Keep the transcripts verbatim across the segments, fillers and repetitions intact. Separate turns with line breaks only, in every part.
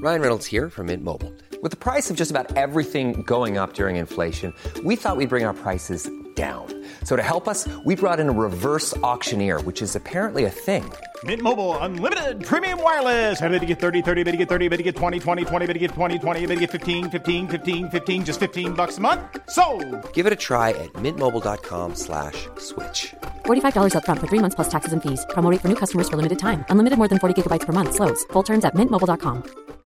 Ryan Reynolds here from Mint Mobile. With the price of just about everything going up during inflation, we thought we'd bring our prices down. So to help us, we brought in a reverse auctioneer, which is apparently a thing.
Mint Mobile Unlimited Premium Wireless. How to get thirty, thirty, how to get thirty, how to get twenty, twenty, twenty, how to get twenty, twenty, how to get fifteen, fifteen, fifteen, fifteen, just fifteen bucks a month? Sold!
Give it a try at mintmobile.com slash switch.
forty-five dollars up front for three months plus taxes and fees. Promo rate for new customers for limited time. Unlimited more than forty gigabytes per month. Slows full terms at mint mobile dot com.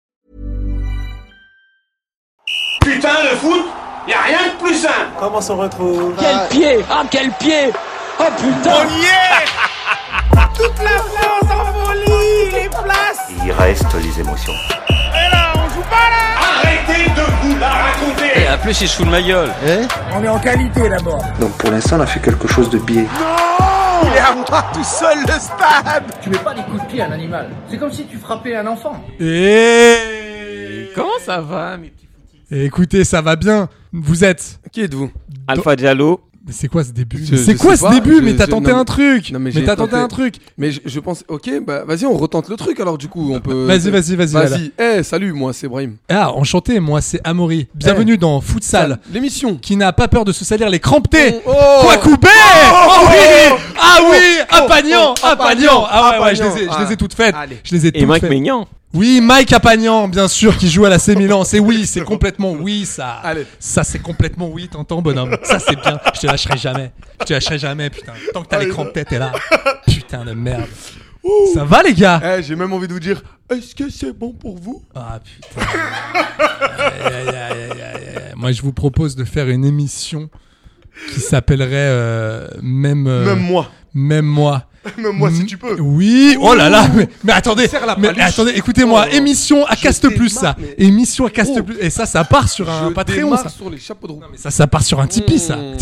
Putain, le foot, y a rien de plus simple.
Comment s'en retrouve?
Quel pied! Ah, quel pied! Oh putain!
On y est. Toute la France en folie, les places.
Il reste les émotions.
Et là, on joue pas là. Arrêtez de vous la raconter.
Et en plus, il se fout de ma gueule.
Eh
On est en qualité d'abord.
Donc pour l'instant, on a fait quelque chose de biais.
Non, il est à moi tout seul le stade.
Tu mets pas des coups de pied à un animal. C'est comme si tu frappais un enfant.
Et
Comment ça va, mes petits foutis?
écoutez, ça va bien. Vous êtes.
Qui êtes-vous?
Alpha Diallo.
Mais c'est quoi ce début?
Je-
C'est
je
quoi
sais
ce
pas,
début?
je-
Mais t'as
je-
tenté
non,
un truc.
non, mais
mais
j'ai
t'as tenté
tenté-
un truc.
Mais je, je pense, ok, bah vas-y, on retente le truc alors du coup, on peut.
Vas-y, vas-y, vas-y,
Vas-y. Eh, salut, moi c'est Brahim.
Ah, enchanté. Moi, c'est Amaury. Bienvenue dans Futsal.
L'émission.
Qui n'a pas peur de se salir les crampetés.
Oh, oh.
Quoi couper? Oh, oui. Ah oui.
Oh,
Apagnan.
oh,
Apagnan. Ah ouais, ouais, je
Apagnan.
les ai, je les ai
Ah.
toutes faites.
Allez.
Je les ai toutes
Et Mike
faites.
Maignan.
Oui, Mike Apagnan, bien sûr, qui joue à la C Milan. C'est oui, c'est complètement oui, ça.
Allez.
Ça, c'est complètement oui, t'entends, bonhomme. Ça, c'est bien. Je te lâcherai jamais. Je te lâcherai jamais, putain. Tant que t'as les crampes tête, t'es là. Putain de merde. Ça va, les gars?
Eh, j'ai même envie de vous dire, est-ce que c'est bon pour vous?
Ah, putain. Aïe, aïe, aïe, aïe, aïe. Moi, je vous propose de faire une émission qui s'appellerait euh, même. euh,
Même moi.
Même moi.
Même moi si tu peux.
Oui, oh là là, mais, mais attendez,
Serre la
mais
paluche.
attendez, écoutez-moi,
Oh,
émission à
je
Caste
t'ai
Plus ça,
mar- mais-
émission à Caste
Oh.
Plus, et ça, ça part sur un
Je
Patreon,
démarre
ça.
sur les chapeaux de roue.
Mais ça, ça part sur un Tipeee, ça.
Mmh.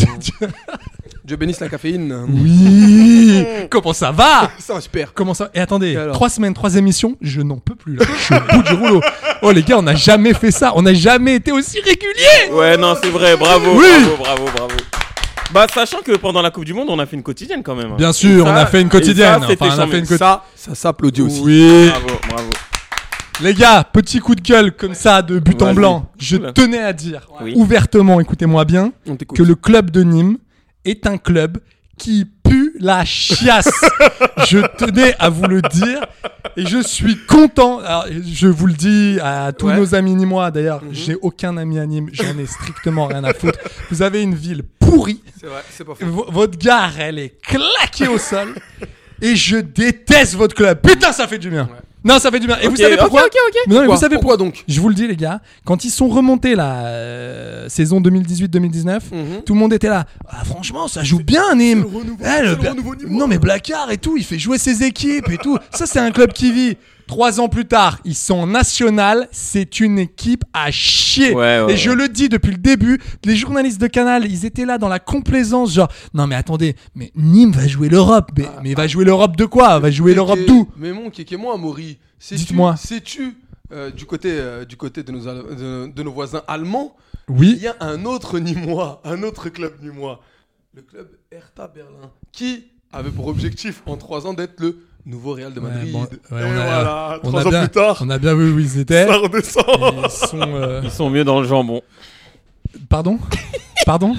Dieu bénisse la caféine.
Oui. Comment ça va?
Ça va super.
Comment ça? Et attendez,
Et alors
trois semaines, trois émissions, je n'en peux plus là. Je suis au bout du rouleau. Oh les gars, on n'a jamais fait ça, on n'a jamais été aussi régulier.
Ouais, non, c'est vrai. Bravo,
Oui.
bravo, bravo, bravo. Bah, sachant que pendant la Coupe du Monde, on a fait une quotidienne quand même. hein.
Bien sûr,
Ça-
on a fait une
et
quotidienne.
ça, c'était
Enfin, on a
charmé.
fait une quotidienne.
Ça, ça s'applaudit aussi.
Oui.
Bravo, bravo.
Les gars, petit coup de gueule comme ça de but en
Vas-y.
blanc. Je
Oula.
tenais à dire
Oui.
ouvertement, écoutez-moi bien,
On t'écoute.
que le club de Nîmes est un club qui pue la chiasse. Je tenais à vous le dire et je suis content. Alors, je vous le dis à tous
Ouais.
nos amis nîmois. D'ailleurs,
Mhm.
j'ai aucun ami à Nîmes. J'en ai strictement rien à foutre. Vous avez une ville pourrie.
C'est vrai, c'est pas faux.
V- votre gare, elle est claquée au sol. Et je déteste votre club. Putain, ça fait du bien. Non, ça fait du bien. Et vous
Ok,
savez
ok,
pourquoi?
ok, ok.
Mais non, mais
Pourquoi
vous savez
Pourquoi
pour-
donc
Je vous le dis, les gars. Quand ils sont remontés la euh, saison deux mille dix-huit deux mille dix-neuf,
Mhm.
tout le monde était là. Ah, franchement, ça joue bien, Nîmes.
le renouveau,
Eh,
c'est le
Bla-
renouveau nîmois.
Non, mais Blacard et tout, il fait jouer ses équipes et tout. Ça, c'est un club qui vit. Trois ans plus tard, ils sont en national. C'est une équipe à chier.
Ouais, ouais,
et je
ouais.
le dis depuis le début, les journalistes de Canal, ils étaient là dans la complaisance, genre, non mais attendez, mais Nîmes va jouer l'Europe. Mais, mais il va jouer l'Europe de quoi? Va jouer l'Europe
Kéké-
d'où?
Mais mon Kéké, moi, Amaury, sais-tu-
Dites-moi.
sais-tu, euh, du côté, euh, du côté de, nos, Al- de, de nos voisins allemands,
Oui.
il y a un autre Nîmois, un autre club Nîmois, le club Hertha Berlin, qui avait pour objectif en trois ans d'être le nouveau Real de
Ouais,
Madrid.
bon, ouais,
Et
on a-
voilà,
on
trois
a
ans
bien-
plus tard,
On a bien vu où ils étaient.
ça redescend.
Ils sont. euh,
Ils sont mieux dans le jambon.
Pardon? Pardon?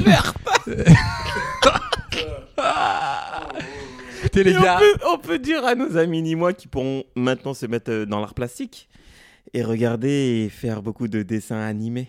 Écoutez les
Et on,
gars.
peut, on peut dire à nos amis nîmois qui pourront maintenant se mettre euh, dans l'art plastique et regarder et faire beaucoup de dessins animés.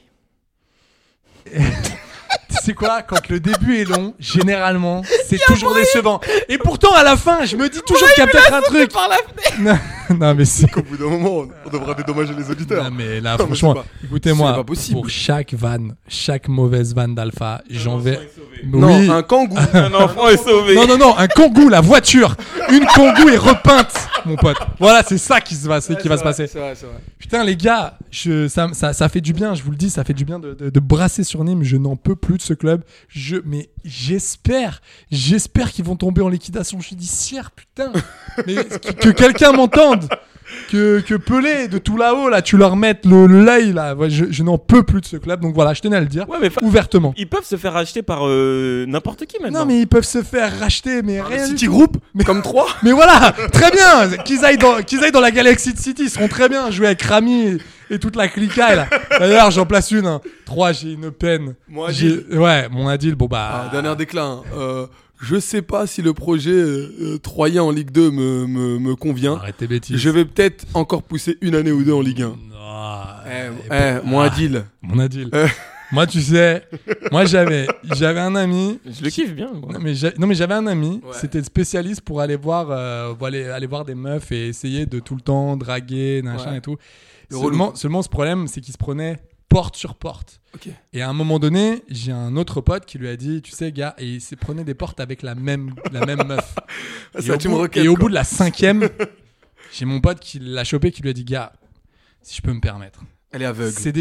Tu sais quoi? Quand le début est long, généralement, c'est toujours décevant. Et pourtant, à la fin, je me dis toujours qu'il y a peut-être un truc.
Par la fenêtre.
Non, non, mais c'est.
Au bout d'un moment, on, on devra dédommager les auditeurs.
Non, mais là,
Non, mais
franchement,
c'est pas-
écoutez-moi,
c'est pas possible.
pour chaque vanne, chaque mauvaise vanne d'Alpha, j'en vais.
Non,
Oui.
un kangou.
Un enfant est sauvé.
Non, non, non, un Kangoo, la voiture. Une Kangoo est repeinte, mon pote. Voilà, c'est ça qui, se va, c'est qui va se passer.
C'est vrai, c'est vrai.
Putain, les gars, je, ça, ça, ça fait du bien, je vous le dis, ça fait du bien de, de, de brasser sur Nîmes. Je n'en peux plus de ce club. Je, mais j'espère, j'espère qu'ils vont tomber en liquidation judiciaire, putain. Mais que, que quelqu'un m'entende. que, que Pelé de tout là-haut, là, tu leur mettes le, l'œil, là. Ouais, je, je n'en peux plus de ce club. Donc voilà, je tenais à le dire
Ouais, mais fa-
ouvertement.
Ils peuvent se faire racheter par euh, n'importe qui maintenant.
Non, mais ils peuvent se faire racheter, mais rien.
City
du tout.
Group, comme trois.
Mais voilà, très bien. Qu'ils aillent dans, qu'ils aillent dans la Galaxy City, ils seront très bien. Jouer avec Rami et, et toute la clica là. D'ailleurs, j'en place une. Hein. Trois, j'ai une peine.
Mon
J'ai-
Adil.
Ouais, mon Adil. Bon bah.
Ah, dernier déclin. Euh, je sais pas si le projet euh, euh, troyen en Ligue deux me, me, me convient.
Arrête tes bêtises.
Je vais peut-être encore pousser une année ou deux en Ligue un.
Ah,
Eh,
et
eh,
bon,
mon
ah,
Adil.
Mon Adil.
Euh.
Moi, tu sais, moi j'avais, j'avais un ami.
Je le kiffe bien. moi.
Non mais, j'ai- non mais j'avais un ami,
Ouais.
c'était spécialiste pour aller voir, euh, pour aller, aller voir des meufs et essayer de tout le temps draguer, machin
Ouais.
et tout.
Le relou,
Seulement,
quoi.
seulement ce problème, c'est qu'il se prenait porte sur porte.
Ok.
Et à un moment donné, j'ai un autre pote qui lui a dit, tu sais gars, et il se prenait des portes avec la même, la même meuf.
Ah,
Et
c'est la
au,
team
bout,
Rocket,
et au
quoi.
bout de la cinquième, j'ai mon pote qui l'a chopé, qui lui a dit, gars, si je peux me permettre.
Elle est aveugle.
C'est des...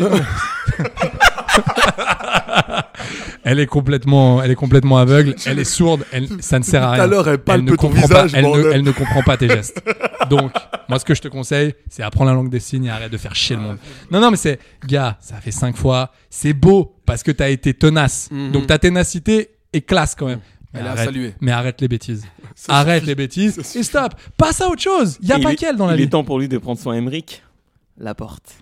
elle est complètement, elle est complètement aveugle, elle est sourde, elle, ça ne sert à
Tout
rien.
à l'heure, elle palpe
ne
ton
comprend
visage,
pas, elle, ne,
bordel.
elle ne comprend pas tes gestes. Donc, moi, ce que je te conseille, c'est apprendre la langue des signes et arrête de faire chier le monde. Non, non, mais c'est, gars, ça fait cinq fois, c'est beau parce que t'as été tenace.
Mhm.
Donc ta ténacité est classe quand même. Mais
Elle est à
arrête,
saluer.
mais arrête les bêtises.
Ça
arrête
suffit.
les bêtises
Ça
et
suffit.
stop. Passe à autre chose. Il y a
Et
pas
il est-
qu'elle dans la
Il
vie.
est temps pour lui de prendre son Emmerich. La porte.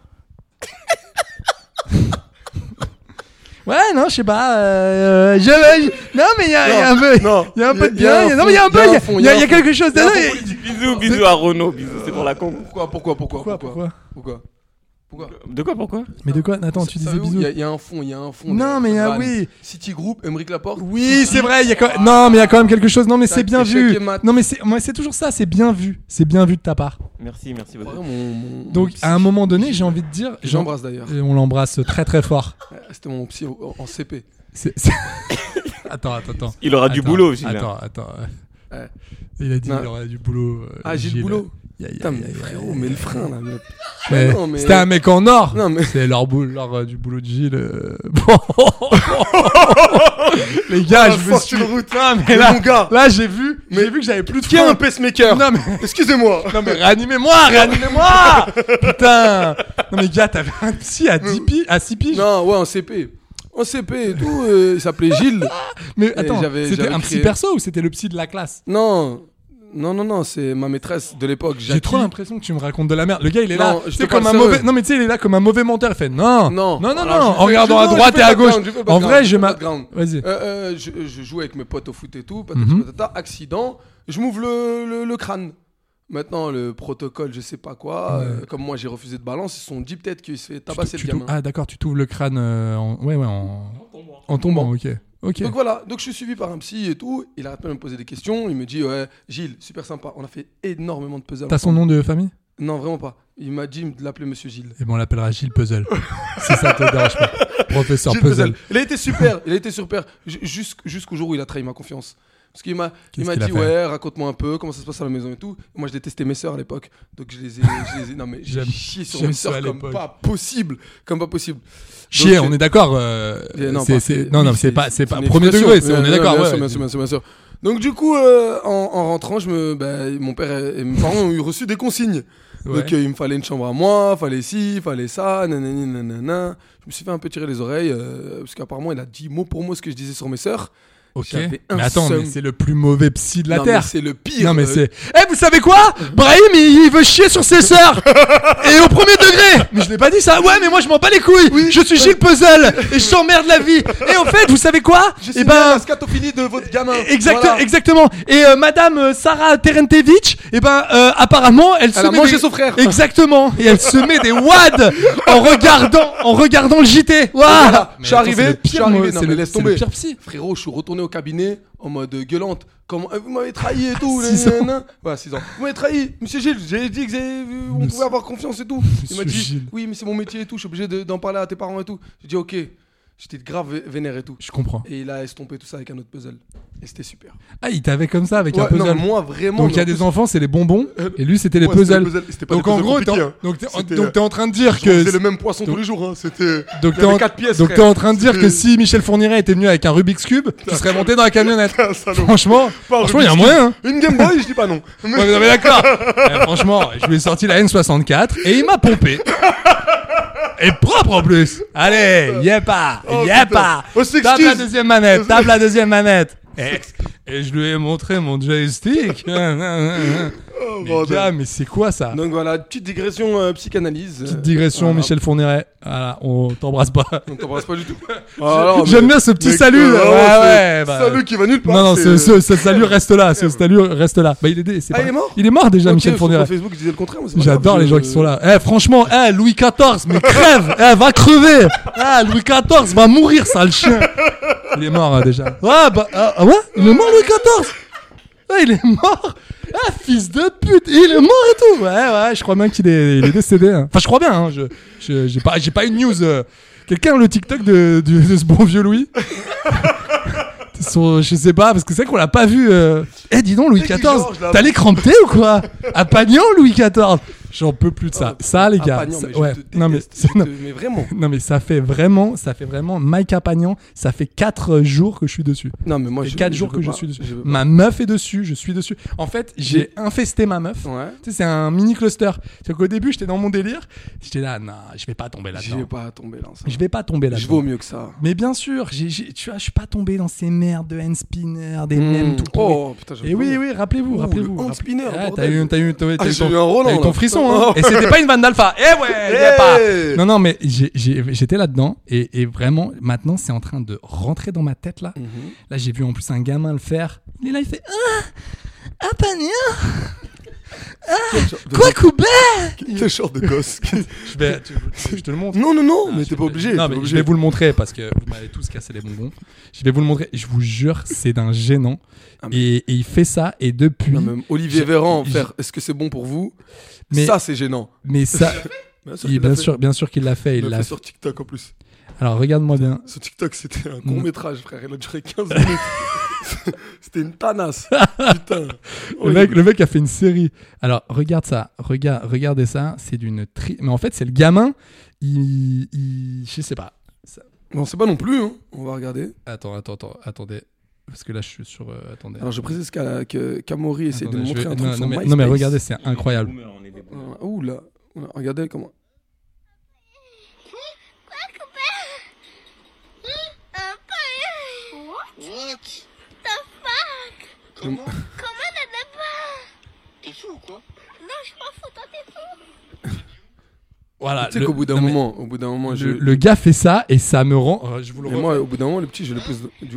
Ouais, non, je sais pas. Euh, je, je- non, mais il y a, il y a un peu,
non.
il y a un peu de
Il y a
bien.
un
il y a- Non,
fond,
mais il y a un peu, il y a,
fond,
il y a, il y a
un
quelque
fond.
chose.
Il y a un
Non,
fond
mais-
politique.
Bisous, bisous à Renaud. Bisous, c'est pour la con.
Pourquoi, pourquoi, pourquoi,
Pourquoi,
pourquoi,
pourquoi
pourquoi, pourquoi
De quoi, pourquoi
Mais de quoi? Attends, tu disais
Savez-vous,
bisous.
Il y, a- il y a un fond, il y a un fond.
Non, mais il y a-
Van,
oui.
City Group, Emeric Laporte.
Oui, c'est vrai. Il y a quand même... Non, mais il y a quand même quelque chose. Non, mais
Tac,
c'est bien
échec
vu.
et mat.
Non, mais c'est, moi, c'est toujours ça. C'est bien vu. C'est bien vu de ta part.
Merci, merci beaucoup.
Vraiment, mon- mon-
Donc,
mon
à un
psy.
moment donné, j'ai envie de dire.
Que j'embrasse d'ailleurs.
Et on l'embrasse très très fort.
Ouais, C'était mon psy au- en C P.
C'est- c'est- attends, attends, attends.
Il aura du
Attends,
boulot, Gilles.
Attends, attends. ouais.
Ouais.
Il a dit
Non.
qu'il aurait du boulot. euh,
Ah, j'ai le boulot.
Ya, ya,
Putain,
ya,
mais
ya,
frérot,
ya,
mais
ya.
le frein là. mais-
Mais
non, mais-
C'était un mec en or.
Non, mais-
C'est leur, boulot, leur euh, du boulot de Gilles. euh, Bon. Les gars,
Ah,
je me
fortune
suis.
route.
Non, mais
Mais
là,
mon gars.
là, j'ai vu,
Mais-
j'ai vu que j'avais plus de
Qui a
frein.
un pacemaker
Non, mais,
Excusez-moi.
non, mais réanimez-moi, réanimez-moi. Putain. Non, mais gars, t'avais un psy à dix piges, à six piges.
Non, ouais, en C P. En C P et tout, euh, il s'appelait Gilles.
Mais attends,
j'avais-
c'était
j'avais
un psy
créé-
perso ou c'était le psy de la classe?
Non, non, non, non, c'est ma maîtresse de l'époque,
J'ai
Jackie.
trop l'impression que tu me racontes de la merde. Le gars, il est
Non,
là.
je
C'est
te
comme
parle
un
sérieux.
mauvais. Non, mais tu sais, il est là comme un mauvais menteur. Il fait non,
Non.
non, non, non,
Alors,
non.
je
En
fais-
regardant
je-
à
non, je
droite
fais
et
le
à gauche.
background, je fais le
En
background,
vrai,
je
je
fais le
m'a.
background.
Vas-y.
Euh, euh, je, je joue avec mes potes au foot et tout, patati
Mhm.
patata, accident, je m'ouvre le, le, le crâne. Maintenant, le protocole, je sais pas quoi,
Ouais.
euh, comme moi j'ai refusé de balance, ils se sont dit peut-être qu'il se fait tabasser
Tu
le
t'ou-
gamin.
Ah, d'accord, tu t'ouvres le crâne euh, en. Ouais, ouais, en. En tombant, ok. Ok.
Donc voilà, donc je suis suivi par un psy et tout, il arrête pas de me poser des questions, il me dit ouais, Gilles, super sympa, on a fait énormément de puzzles.
T'as son nom de famille?
Non, vraiment pas. Il m'a dit de l'appeler Monsieur Gilles.
Et bon, on l'appellera Gilles Puzzle. Si ça te dérange pas. Professeur
Gilles
Puzzle.
Puzzle. Il a été super, il a été super, J- jusqu'- jusqu'au jour où il a trahi ma confiance. Parce qu'il m'a, il
Qu'est-ce
m'a
qu'il a
dit
fait
ouais, raconte-moi un peu comment ça se passe à la maison et tout. Moi, je détestais mes sœurs à l'époque, donc je les ai, je les ai- non mais j'ai
J'aime-
chié sur
j'aime
mes
ça à
sœurs comme
l'époque.
pas possible, comme pas possible.
Chier,
Donc,
on est d'accord. euh,
euh, non,
c'est-
pas-
c'est-
c'est-
Non, non,
oui,
c'est pas, c'est pas
une
premier
expression.
degré. c'est-
Ouais,
On est
ouais,
d'accord.
bien
ouais.
sûr, bien sûr, bien sûr, bien sûr. Donc du coup, euh, en, en rentrant, je me, bah, mon père et, et mes parents ont eu reçu des consignes.
Ouais.
Donc euh, il me fallait une chambre à moi, fallait ci, fallait ça, nanani, nanana. Je me suis fait un peu tirer les oreilles euh, parce qu'apparemment il a dit mot pour mot ce que je disais sur mes sœurs.
Ok.
J'avais un
Mais attends,
seum.
mais c'est le plus mauvais psy de la
Non, mais
terre.
c'est le pire.
Non mais
euh,
c'est. Eh, vous savez quoi? Brahim, il, il veut chier sur ses sœurs. Et au premier degré. Mais je l'ai pas dit ça. Ouais, mais moi je m'en bats les couilles. Je suis Gilles Puzzle et je t'emmerde la vie. Et en fait, vous savez quoi?
Je
Eh
suis
ben,
la scatophilie de votre gamin.
exact,
Voilà.
exactement. Et euh, Madame euh, Sarah Terentevich, eh ben euh, apparemment, elle, se
Elle a
met
mangé
des-
son frère.
Exactement. Et elle se met des wads en regardant, en regardant le J T. Waouh.
Voilà,
Mais
je suis
attends,
arrivé,
c'est le
je suis
pire,
arrivé,
moi,
non,
c'est
mais
le-
laisse
c'est le
tomber.
pire psy.
Frérot, je suis retourné au cabinet en mode gueulante. Comment euh, vous m'avez trahi et tout.
Six ans.
nanana. Ouais, six ans. Vous m'avez trahi, Monsieur Gilles. J'ai dit que j'ai- on
Monsieur-
pouvait avoir confiance et tout. Il m'a
Monsieur
dit
Gilles.
oui, mais c'est mon métier et tout. Je suis obligé de- d'en parler à tes parents et tout. J'ai dit ok. J'étais grave vé- vénère et tout.
Je comprends.
Et il a estompé tout ça avec un autre puzzle. Et c'était super.
Ah, il t'avait comme ça avec
Ouais,
un puzzle.
non, moi vraiment.
Donc il y a
mais en
des
plus,
enfants, c'est les bonbons,
Euh,
et lui c'était les
ouais, c'était
puzzles.
les puzzles, c'était pas
Donc
des
en
puzzles
gros, t'es en,
compliqués, hein.
donc t'es,
C'était,
donc
euh,
t'es en train de dire
je
que
faisais le même poisson
donc-
tous les jours. Hein. C'était.
donc
il
t'es
y avait
en,
quatre pièces.
donc
frère.
t'es en train de dire que
C'était-
si Michel Fourniret était venu avec un Rubik's Cube, tu serais monté dans la camionnette.
Un salaud.
Franchement,
Pas un
franchement, il y a
Rubik's
moyen. Hein.
Une Game Boy, je dis pas non. Mais-
Ouais, mais non, mais d'accord. Eh, franchement, je lui ai sorti la N soixante-quatre et il m'a pompé. Et propre en plus. Allez, y'a pas,
Oh,
y'a
putain.
pas.
Au
Tape la
sixties.
deuxième manette, tape la deuxième manette. Et, et je lui ai montré mon joystick.
Oh,
Mais
bordel.
gars, mais c'est quoi ça?
Donc voilà, petite digression euh, psychanalyse.
Petite digression,
Voilà.
Michel Fourniret. Voilà, on t'embrasse pas.
On t'embrasse pas du tout. Alors,
J'aime
mais-
bien ce petit
mec,
salut.
euh,
Ouais,
vraiment,
ouais,
c'est-
bah-
Salut qui va nulle part.
Non, non,
c'est-
ce, ce, ce salut reste là. Ce salut reste là. Bah, il est, dé- c'est
Ah,
pas-
il est mort
Il est mort déjà,
Ok,
Michel
sur
Fourniret.
Facebook, je disais le contraire. mais c'est pas
J'adore
grave,
les
je-
gens qui sont là. Eh, franchement, eh, Louis quatorze, mais crève. Eh, va crever. Ah, Louis quatorze va mourir, sale chien. Il est mort hein, déjà. Ah, bah, ah, ah ouais, il est mort, Louis quatorze. Ah, il est mort. Ah, fils de pute, il est mort et tout. Ouais, ouais, je crois bien qu'il est, il est décédé. Hein. Enfin, je crois bien. Hein. Je, je, j'ai pas, j'ai pas une news. euh, Quelqu'un a le TikTok de, de, de ce bon vieux Louis. Son, je sais pas, parce que c'est vrai qu'on l'a pas vu. Euh... Eh, dis donc, Louis
C'est qui,
quatorze,
Georges, là
t'as les crampé ou quoi? À Pagnan, Louis quatorze. J'en peux plus de ça.
Oh,
Ça, les
à
gars.
Pagnan,
ça-
mais je
ouais.
te
Non mais,
déteste,
c'est-
je
non,
te- mais vraiment.
non, mais ça fait vraiment, ça fait vraiment Mike à Pagnan. Ça fait quatre jours que je suis dessus.
Non, mais moi,
Ça fait
je-
quatre
je
jours
peux
que je
pas,
suis dessus.
je peux pas.
Ma meuf est dessus, je suis dessus. En fait, j'ai infesté ma meuf.
Ouais.
Tu sais, c'est un mini cluster. C'est qu'au début, j'étais dans mon délire. J'étais là, non, je vais pas tomber
Je
là-dedans.
vais pas tomber là. ça.
Je vais pas tomber là-dedans.
Je vaux mieux que ça.
Mais bien sûr, j'ai, j'ai- tu vois, je suis pas tombé dans ces merdes de hand spinner, des
Mmh.
mèmes tout pourris.
Oh, putain, j'ai
Et oui,
peur.
oui, rappelez-vous,
Oh,
rappelez-vous.
le hand spinner,
Ah, t'as
bordel.
eu, t'as eu, t'as eu, t'as
Ah,
eu
j'ai
ton,
eu un Roland,
t'as eu ton
là.
frisson,
Oh.
hein. Et c'était pas une vanne d'alpha. Eh ouais, y a
Hey.
pas. Non, non, mais j'ai, j'ai, j'étais là-dedans et, et vraiment, maintenant, c'est en train de rentrer dans ma tête là.
Mhm.
Là, j'ai vu en plus un gamin le faire. Il est là, il fait ah, ah, Pagnan,
Quel genre de-
quoi coubé.
Quel genre de gosse.
Je vais, tu- je te le montre.
Non, non, non,
Ah,
mais
je
t'es
vais-
pas obligé.
Non,
t'es
mais
pas
je
obligé.
vais vous le montrer parce que vous m'avez tous cassé les bonbons. Je vais vous le montrer. Je vous jure, c'est d'un gênant.
Ah, mais-
Et, et il fait ça et depuis.
Non, même Olivier
j'ai-
Véran,
j'ai-
faire est-ce que c'est bon pour vous
Mais-
Ça, c'est gênant.
Mais ça,
Bien sûr,
il-
qu'il l'a
bien
fait.
sûr, bien sûr qu'il l'a fait.
Il
Il
l'a
l'a
fait sur TikTok en plus.
Alors regarde-moi bien.
Ce TikTok, c'était un
Mm.
court métrage, frère. Il a duré quinze minutes. C'était une tanasse. Putain.
Le mec, le mec a fait une série. Alors regarde ça, regarde, regardez ça. C'est d'une tri. Mais en fait, c'est le gamin. Il, il, je sais pas. Ça-
Non, c'est pas non plus. Hein. On va regarder.
Attends, attends, attends, attendez. Parce que là, je suis sur. euh, attendez.
Alors, je précise qu'à- que Camori essaie de
Attendez,
nous
je
montrer
vais-
un truc
non,
sur
non, mais,
MySpace.
non mais regardez, c'est incroyable.
Euh, Ouh là. Ouh là, regardez comment.
Comment Comment t'as pas T'es fou ou quoi Non, je suis pas fou, toi t'es fou.
Voilà.
Tu sais
le-
qu'au bout d'un
non, mais
moment, au bout d'un moment, je.
le, le gars fait ça et ça me rend. euh, je vous le
Mais
re-
moi, au bout d'un moment, le petit, je le pose. Du...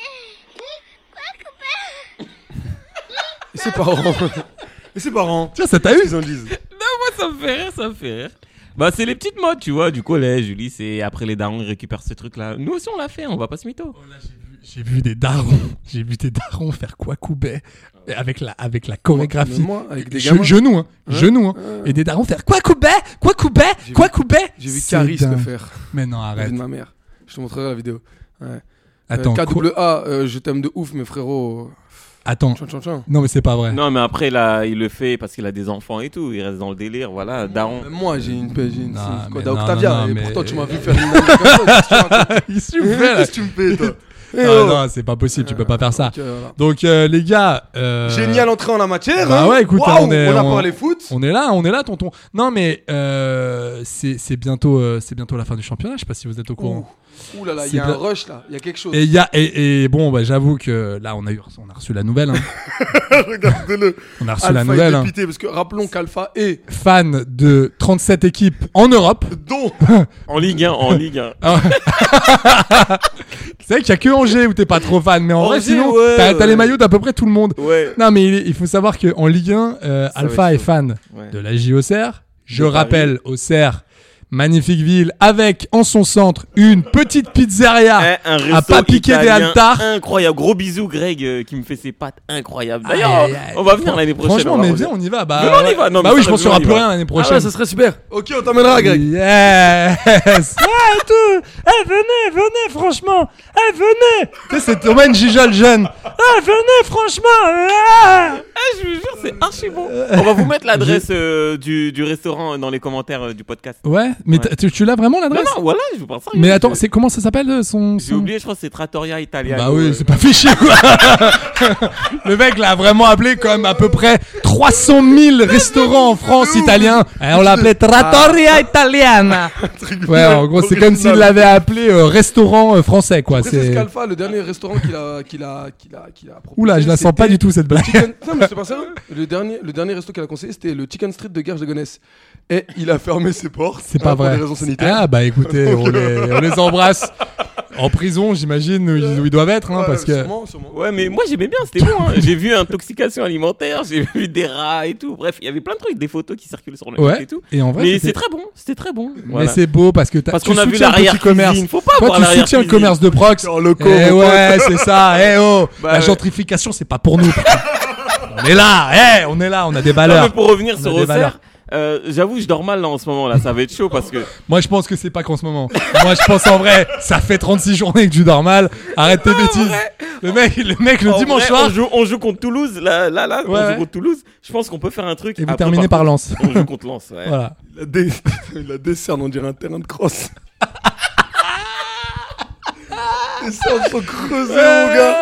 Et ses parents. Et ses parents.
Tiens, ça t'a eu
Ils en disent.
Non, moi, ça me fait rire, ça me fait rire. Bah, c'est les petites modes, tu vois, du collège, du lycée. Après, les darons, ils récupèrent ce truc-là. Nous aussi, on l'a fait, on va pas se mytho.
J'ai vu des darons, j'ai vu des darons faire quoi coubet avec la avec la chorégraphie.
Mais moi, avec des
Je-
gamins.
genoux, hein,
Hein
genoux, hein.
Hein
et des darons faire quoi coubet, quoi coubet,
J'ai
quoi
vu-
coubet.
J'ai vu
C'est
Caris le
dingue.
faire.
Mais non,
La vie
arrête.
de ma mère. Je te montrerai la vidéo. Ouais.
Attends,
Euh,
quoi-
K W A, euh, je t'aime de ouf, mes frérots.
attends.
Tchan, tchan, tchan.
Non mais c'est pas vrai.
Non, mais après, là, il le fait parce qu'il a des enfants et tout. Il reste dans le délire, voilà. Daron.
Même moi, j'ai une, j'ai une
Non,
c'est une
mais
Skoda
non,
Octavia.
non, non,
et
mais-
pourtant, tu m'as vu faire une dinguerie comme ça. Qu'est-ce que tu racontes
Il se fait là.
Qu'est-ce que tu me fais, toi Eh
Ah
oh.
non, c'est pas possible, tu peux pas faire ça.
Ok, voilà.
Donc euh, les gars, euh,
Génial entrée en la matière.
Bah
hein.
ouais, écoute,
Waouh,
on est-
on a
on-
parlé foot.
on est là, on est là, tonton. Non mais euh, c'est c'est bientôt euh, c'est bientôt la fin du championnat. Je sais pas si vous êtes au courant.
Ouh là là, il
C'est
y a un
bien.
rush là. Il y a quelque chose.
Et il y a et, et bon bah j'avoue que là on a eu on a reçu la nouvelle. Hein.
Regardez-le.
On a reçu
Alpha
la
est
nouvelle. Hein.
dépité parce que rappelons qu'Alpha est
Fan de trente-sept équipes en Europe.
dont
En Ligue un, en Ligue un.
Ah. C'est vrai qu'il y a que Angers où t'es pas trop fan, mais en vrai
Angers,
sinon
ouais,
t'as t'as
ouais.
les maillots d'à peu près tout le monde.
Ouais.
Non mais il, est- il faut savoir que en Ligue un, euh,
Ça
Alpha
va
est
être chaud.
fan
Ouais.
de la J Auxerre. Je
De Paris.
rappelle Auxerre, magnifique ville, avec en son centre une petite pizzeria
Eh, un resto
à pas piquer des
italien
hannetars.
incroyable. Gros bisous Greg euh, qui me fait ses pâtes incroyables. D'ailleurs,
Aïe, aïe, aïe.
on va venir l'année prochaine.
Franchement,
on va
mais
revenir.
viens, on y va. Bah,
Venez, on y va. Non,
bah
mais
oui,
ça,
je pense qu'il n'y
on
aura
y
plus
va.
rien l'année
Ah
prochaine.
ouais, ça serait super. Ok, on t'emmènera, Greg.
Yes. Ouais, tout. Eh, venez, venez, franchement. Eh, venez. Tu sais, c'est Thomas Gijol jeune. Eh, venez, franchement. Ah.
Ah, je vous jure, c'est archi bon. On va vous mettre l'adresse euh, du, du restaurant dans les commentaires euh, du podcast.
Ouais, mais
Ouais.
tu, tu l'as vraiment
Non,
l'adresse?
non, voilà, je vous parle ça.
Mais attends, c'est comment ça s'appelle euh, son,
J'ai
son...
oublié, je crois que c'est Trattoria Italiano.
Bah oui,
euh.
c'est pas fiché quoi. Le mec l'a vraiment appelé comme à peu près trois cent mille restaurants en France italiens. Et on l'appelait Trattoria Italiana. Ouais, en gros, c'est comme s'il l'avait appelé euh, restaurant euh, français quoi.
Après, c'est
C'est...
Scalfa, le dernier restaurant qu'il a, qu'il a, qu'il a, qu'il a proposé.
Oula, je la sens pas
c'était
du tout cette blague.
Chicken- Non, mais c'est pas sérieux. Le dernier, le dernier resto qu'il a conseillé, c'était le Chicken Street de Gerges de Gonesse. Et il a fermé ses portes.
C'est pas
hein, pour
vrai.
des raisons sanitaires.
Ah bah écoutez, on les, on les embrasse. En prison, j'imagine, où ils, où ils doivent être, hein,
Ouais,
parce que...
sûrement, sûrement.
Ouais, mais moi j'aimais bien, c'était bon. Hein. J'ai vu intoxication alimentaire, j'ai vu des rats et tout. Bref, il y avait plein de trucs, des photos qui circulent sur le net
Ouais.
et tout.
Et en vrai,
mais
c'était-
c'est très bon, c'était très bon.
Mais
Voilà.
c'est beau parce que t'as,
Parce
tu
qu'on a vu
soutiens le petit
l'arrière-cuisine.
commerce.
Faut pas
Toi,
voir
tu soutiens le
l'arrière-cuisine.
commerce de Prox.
Sur le
Eh
co,
ouais, c'est ça. Eh oh,
Bah
la
ouais.
gentrification, c'est pas pour nous. putain. On est là, eh, on est là, on a des
Non,
valeurs.
mais pour revenir
On a
sur
des valeurs.
Auxerre, euh, j'avoue, je dors mal là en ce moment là, ça va être chaud parce que.
Moi, je pense que c'est pas qu'en ce moment. Moi, je pense en vrai, ça fait trente-six journées que tu dors mal. Arrête tes bêtises.
vrai.
Le mec, le mec, le
En
dimanche
vrai,
soir.
on joue, on joue contre Toulouse, là, là, là,
Ouais,
on
ouais.
joue contre Toulouse. Je pense qu'on peut faire un truc.
Et vous
Après,
terminez par
contre,
Lens.
On joue contre Lens, ouais.
Voilà.
Il a des, il a des cernes, on dirait un terrain de crosse. Les cernes sont creusées, mon gars.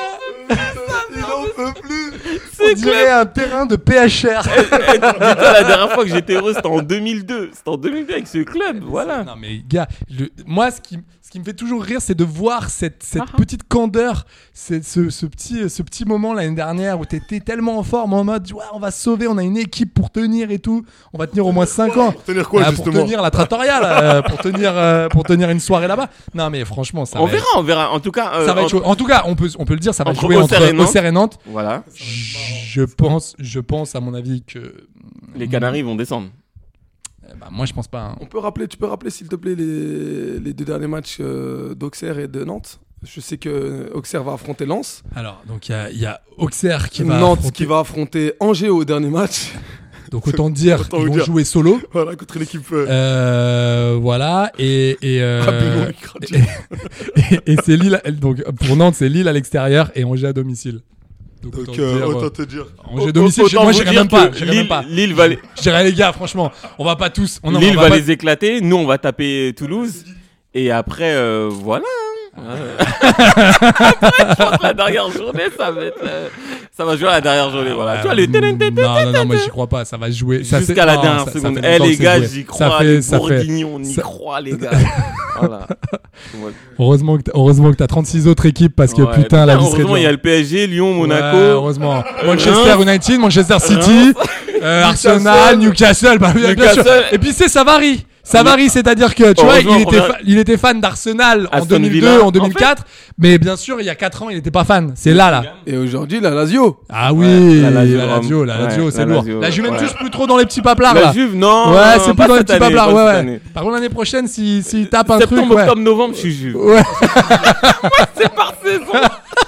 Il en peut plus.
On dirait un terrain de P H R.
Eh, dis-toi, la dernière fois que j'étais heureux, c'était en deux mille deux. C'était en deux mille deux avec ce club, voilà.
Non mais gars, le- moi ce qui, ce qui me fait toujours rire, c'est de voir cette, cette
Ah.
petite candeur, c'est ce, ce petit, ce petit moment l'année dernière où t'étais tellement en forme, en mode ouais, on va se sauver, on a une équipe pour tenir et tout, on va tenir au moins cinq ans. Pour
tenir quoi,
Pour
justement
tenir la trattoria, là, euh, pour tenir, euh, pour tenir une soirée là-bas. Non mais franchement, ça
On
va
verra,
être,
on verra. En tout cas, euh,
ça va être
en-
chaud. En tout cas, on peut, on peut le dire, ça va
Entre
jouer
Auxerre
entre
et Nantes.
Auxerre et Nantes.
Voilà.
Je pense, je pense à mon avis que
Les Canaries vont descendre.
eh ben, moi je pense pas. hein.
On peut rappeler, tu peux rappeler s'il te plaît les, les deux derniers matchs euh, d'Auxerre et de Nantes. Je sais que Auxerre va affronter Lens.
Alors donc il y a, il y a Auxerre qui va
Nantes
affronter-
qui va affronter Angers au dernier match.
Donc autant dire
Autant
qu'ils
vous
vont
dire.
jouer solo.
Voilà, contre l'équipe. euh,
Euh, voilà et et, euh,
Ah, Benoît et Kradji.
et, et c'est Lille donc pour Nantes c'est Lille à l'extérieur et Angers à domicile. Donc,
Donc,
autant
euh,
dire,
autant
euh,
te dire.
Angers à domicile.
Autant
Moi
vous
j'irai
dire
même pas.
que
J'irai
Lille-
même pas.
Lille va les-
Je dirais les gars franchement on va pas tous. On, non,
Lille
on
va
pas-
les éclater, nous on va taper Toulouse. Et après, euh, voilà. hein. Euh, Après, je pense que la dernière journée, ça va être. euh, ça va jouer à la dernière journée. Voilà. Tu vois, le.
Non non non moi j'y crois pas. Ça va se jouer. Ça fait-
Jusqu'à la
non,
dernière
ça- ça
seconde.
fait
Eh
longtemps
les
que c'est
gars,
joué.
j'y
Ça
crois.
fait-
Les
ça fait-
bourguignons, on y
ça-
croit, les gars. Voilà. Ouais.
Heureusement que t'as- heureusement que t'as trente-six autres équipes parce que
Ouais,
putain la vie serait
heureusement, il y a
dure.
le P S G, Lyon, Monaco.
Ouais, heureusement. Manchester
Reims.
United, Manchester City, euh, Arsenal, Newcastle, bah, bien, bien sûr.
Newcastle.
Et puis c'est ça varie. Ça varie, c'est-à-dire que tu vois, il
Heureusement,
était,
regarde.
fa- il était fan d'Arsenal en
Aston
deux mille deux,
Villa.
en deux mille quatre, mais bien sûr, il y a quatre ans, il n'était pas fan. C'est là, là.
Et aujourd'hui, la Lazio.
Ah oui,
Ouais,
la
la Lazio,
Lazio, la
ouais,
Lazio, c'est
la
lourd.
Lazio,
La Juve même
ouais.
touche plus trop dans les petits paplards,
La
là.
Juve, non.
Ouais, c'est plus
pas
dans les
cette
petits
année,
paplards,
pas
ouais,
cette
ouais.
année.
Par contre, l'année prochaine, si, s'il tape un truc,
Septembre,
ouais.
octobre, novembre, je suis Juve.
Ouais.
C'est par saison.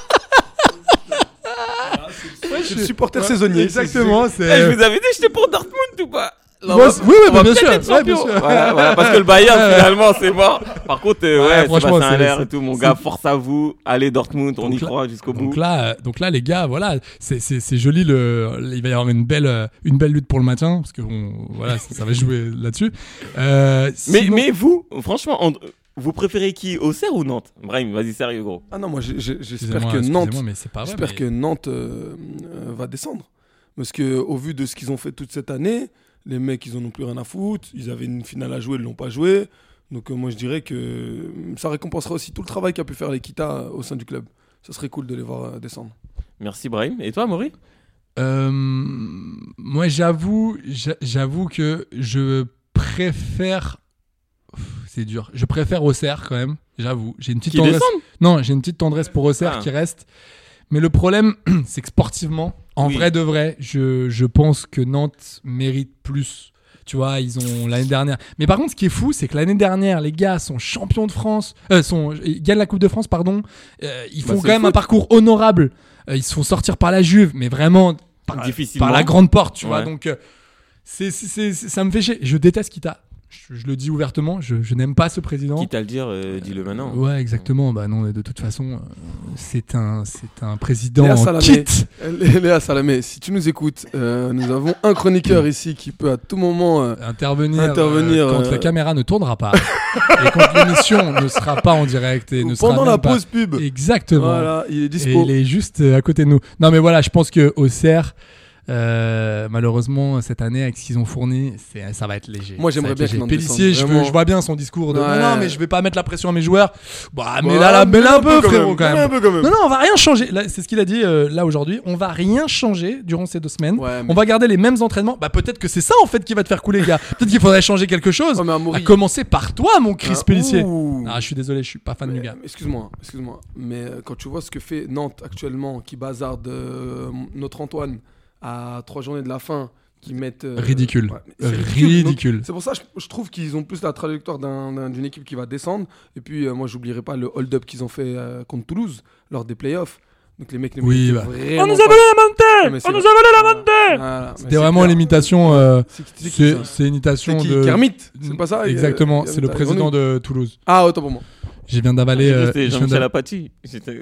Je suis supporter saisonnier.
Exactement,
Eh,
c'est.
je vous avais dit, j'étais pour Dortmund ou pas? Non,
Moi,
on va-
oui, oui,
on
bah,
va
bien
peut-être
sûr,
être
ouais, bien
champion.
sûr.
Voilà, voilà, parce que le Bayern,
Ouais, ouais.
finalement, c'est mort. Par contre, euh,
Ouais,
ouais,
franchement,
Sébastien
c'est-
Haller et tout, mon
c'est-
gars, force à vous. Allez, Dortmund, on
Donc
y
là-
croit jusqu'au bout.
Donc là, euh, donc là, les gars, voilà, c'est, c'est, c'est joli. Le, il va y avoir une belle, euh, une belle lutte pour le matin parce que on, voilà, ça, ça va jouer là-dessus. Euh,
Mais,
sinon-
mais vous, franchement, en- vous préférez qui, Auxerre ou Nantes? Brahim, vas-y, sérieux, gros.
Ah non, moi j'ai- j'ai- j'espère
Excusez-moi,
que
excusez-moi,
Nantes,
mais c'est pas vrai,
j'espère
mais-
que Nantes euh, euh, va descendre. Parce que au vu de ce qu'ils ont fait toute cette année, les mecs ils en ont plus rien à foutre. Ils avaient une finale à jouer, ils l'ont pas joué. Donc euh, moi je dirais que euh, ça récompensera aussi tout le travail qu'a pu faire l'Equita au sein du club. Ça serait cool de les voir euh, descendre.
Merci, Brahim. Et toi, Maury?
Euh, moi, j'avoue, j'a- j'avoue que je préfère. Pff, C'est dur. Je préfère Auxerre quand même. J'avoue. J'ai une petite
Qui
tendresse.
descendent
Non, j'ai une petite tendresse pour Auxerre
Ah.
qui reste. Mais le problème, c'est que sportivement, en
Oui.
vrai de vrai, je, je pense que Nantes mérite plus Tu vois, ils ont l'année dernière. Mais par contre, ce qui est fou, c'est que l'année dernière, les gars sont champions de France, euh, sont, ils gagnent la Coupe de France, pardon. Euh, ils font
Bah,
quand même un parcours honorable. Euh, ils se font sortir par la Juve, mais vraiment par,
Difficilement.
par la grande porte, tu vois.
Ouais.
Donc, euh, c'est, c'est, c'est, c'est- ça me fait chier. Je déteste Kita. Je, je le dis ouvertement, je, je n'aime pas ce président.
Quitte à le dire, euh, dis-le maintenant.
Ouais, exactement. Bah non, de toute façon, euh, c'est un, c'est un président
Léa
en
Salamé,
kit.
Lé- Léa Salamé, si tu nous écoutes, euh, nous avons un chroniqueur ici qui peut à tout moment euh,
Intervenir,
intervenir,
euh, quand
euh,
la caméra ne tournera pas et quand l'émission ne sera pas en direct et ne sera
pendant
même
la
pas-
pause pub.
Exactement.
Voilà, il est
Et
dispo.
il est juste euh, à côté de nous. Non mais voilà, je pense que au C R, euh, malheureusement cette année avec ce qu'ils ont fourni, c'est, ça va être léger.
Moi,
Ça va
j'aimerais
être
bien
léger.
qu'ils en
Pélissier,
descendent,
je, veux,
vraiment.
je vois bien son discours de
Ouais.
non, non mais je vais pas mettre la pression à mes joueurs. Bah mais
Ouais,
là, là
mais
mets-la un peu
quand
frérot
même,
quand même.
mets un peu quand même.
Non non, on va rien changer. Là, c'est ce qu'il a dit euh, là aujourd'hui. On va rien changer durant ces deux semaines.
Ouais, mais-
On va garder les mêmes entraînements. Bah peut-être que c'est ça en fait qui va te faire couler, gars. Peut-être qu'il faudrait changer quelque chose.
Ouais, mais Amaury-
À commencer par toi, mon Chris
Ah,
Pélissier.
ouh.
Ah, je suis désolé, je suis pas fan
Mais,
du gars.
excuse-moi, excuse-moi, mais euh, quand tu vois ce que fait Nantes actuellement, qui bazarde euh, notre Antoine à trois journées de la fin, qui mettent euh,
Ridicule.
ouais, mais c'est
Ridicule.
Donc, c'est pour ça que je, je trouve qu'ils ont plus la trajectoire d'un- d'un- d'une équipe qui va descendre. Et puis euh, moi, j'oublierai pas le hold-up qu'ils ont fait euh, contre Toulouse lors des playoffs. Donc les mecs ne
Oui,
méritaient
bah.
vraiment
On nous a
pas-
volé la
Non,
montée.
mais
On
c'est
nous a
vrai.
volé la montée.
Voilà, mais
C'était
c'est
vraiment
clair.
l'imitation. euh,
C'est qui- c'est qui,
c'est,
ça
c'est une imitation
C'est qui,
de.
Kermit C'est pas ça
Exactement,
Il y a-
c'est le
il y a-
président de Toulouse.
Ah, autant pour moi.
Je viens d'avaler. euh,
C'était
je viens
Jean-Michel
d'a-
Apathy. J'étais-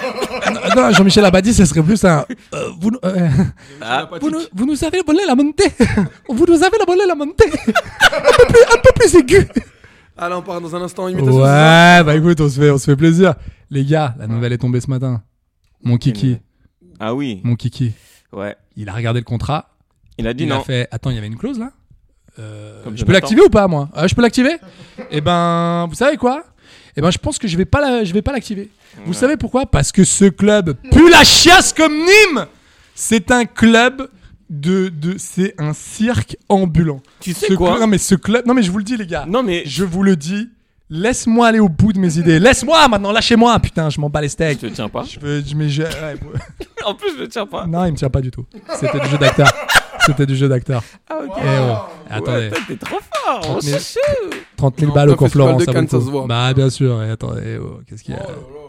Non, Jean-Michel Abadi, ça serait plus un. euh, vous, nous- euh,
Ah,
vous, nous, vous nous avez volé la montée. Vous nous avez volé la montée. Un peu plus, un peu plus aigu.
Ah là, on part dans un instant en imitation. c'est ça
Ouais, bah écoute, on se fait, on se fait plaisir. Les gars, la nouvelle est tombée ce matin. Mon kiki,
ah oui.
mon kiki,
Ouais.
il a regardé le contrat.
Il a dit
Il
non.
a fait. Attends, il y avait une clause là. Euh,
Comme
je
Jonathan.
peux l'activer ou pas moi Euh, Je peux l'activer. Eh ben, vous savez quoi Eh ben, je pense que je vais pas, la, je vais pas l'activer. Vous
Ouais.
savez pourquoi Parce que ce club pue la chiasse comme Nîmes. C'est un club de, de, c'est un cirque ambulant.
Tu sais
Ce
quoi
club- Non mais ce club, non mais je vous le dis les gars.
Non mais
Je vous le dis. Laisse-moi aller au bout de mes idées. Laisse-moi maintenant, lâchez-moi. Putain, je m'en bats les
je
steaks.
te tiens pas.
Je veux, je, mais je- ouais, ouais.
En plus, je te tiens pas.
Non, il me tient pas du tout. C'était du jeu d'acteur. C'était du jeu d'acteur.
Ah ok.
Eh oh. Attendez.
Ouais, t'es trop fort.
trente
On
mille.
cherchait.
trente mille
Non,
balles
un
au cours
festival
Florent,
de
ça vaut
Cannes,
le coup.
ça se voit.
Bah bien sûr, et attendez, eh oh, qu'est-ce qu'il y a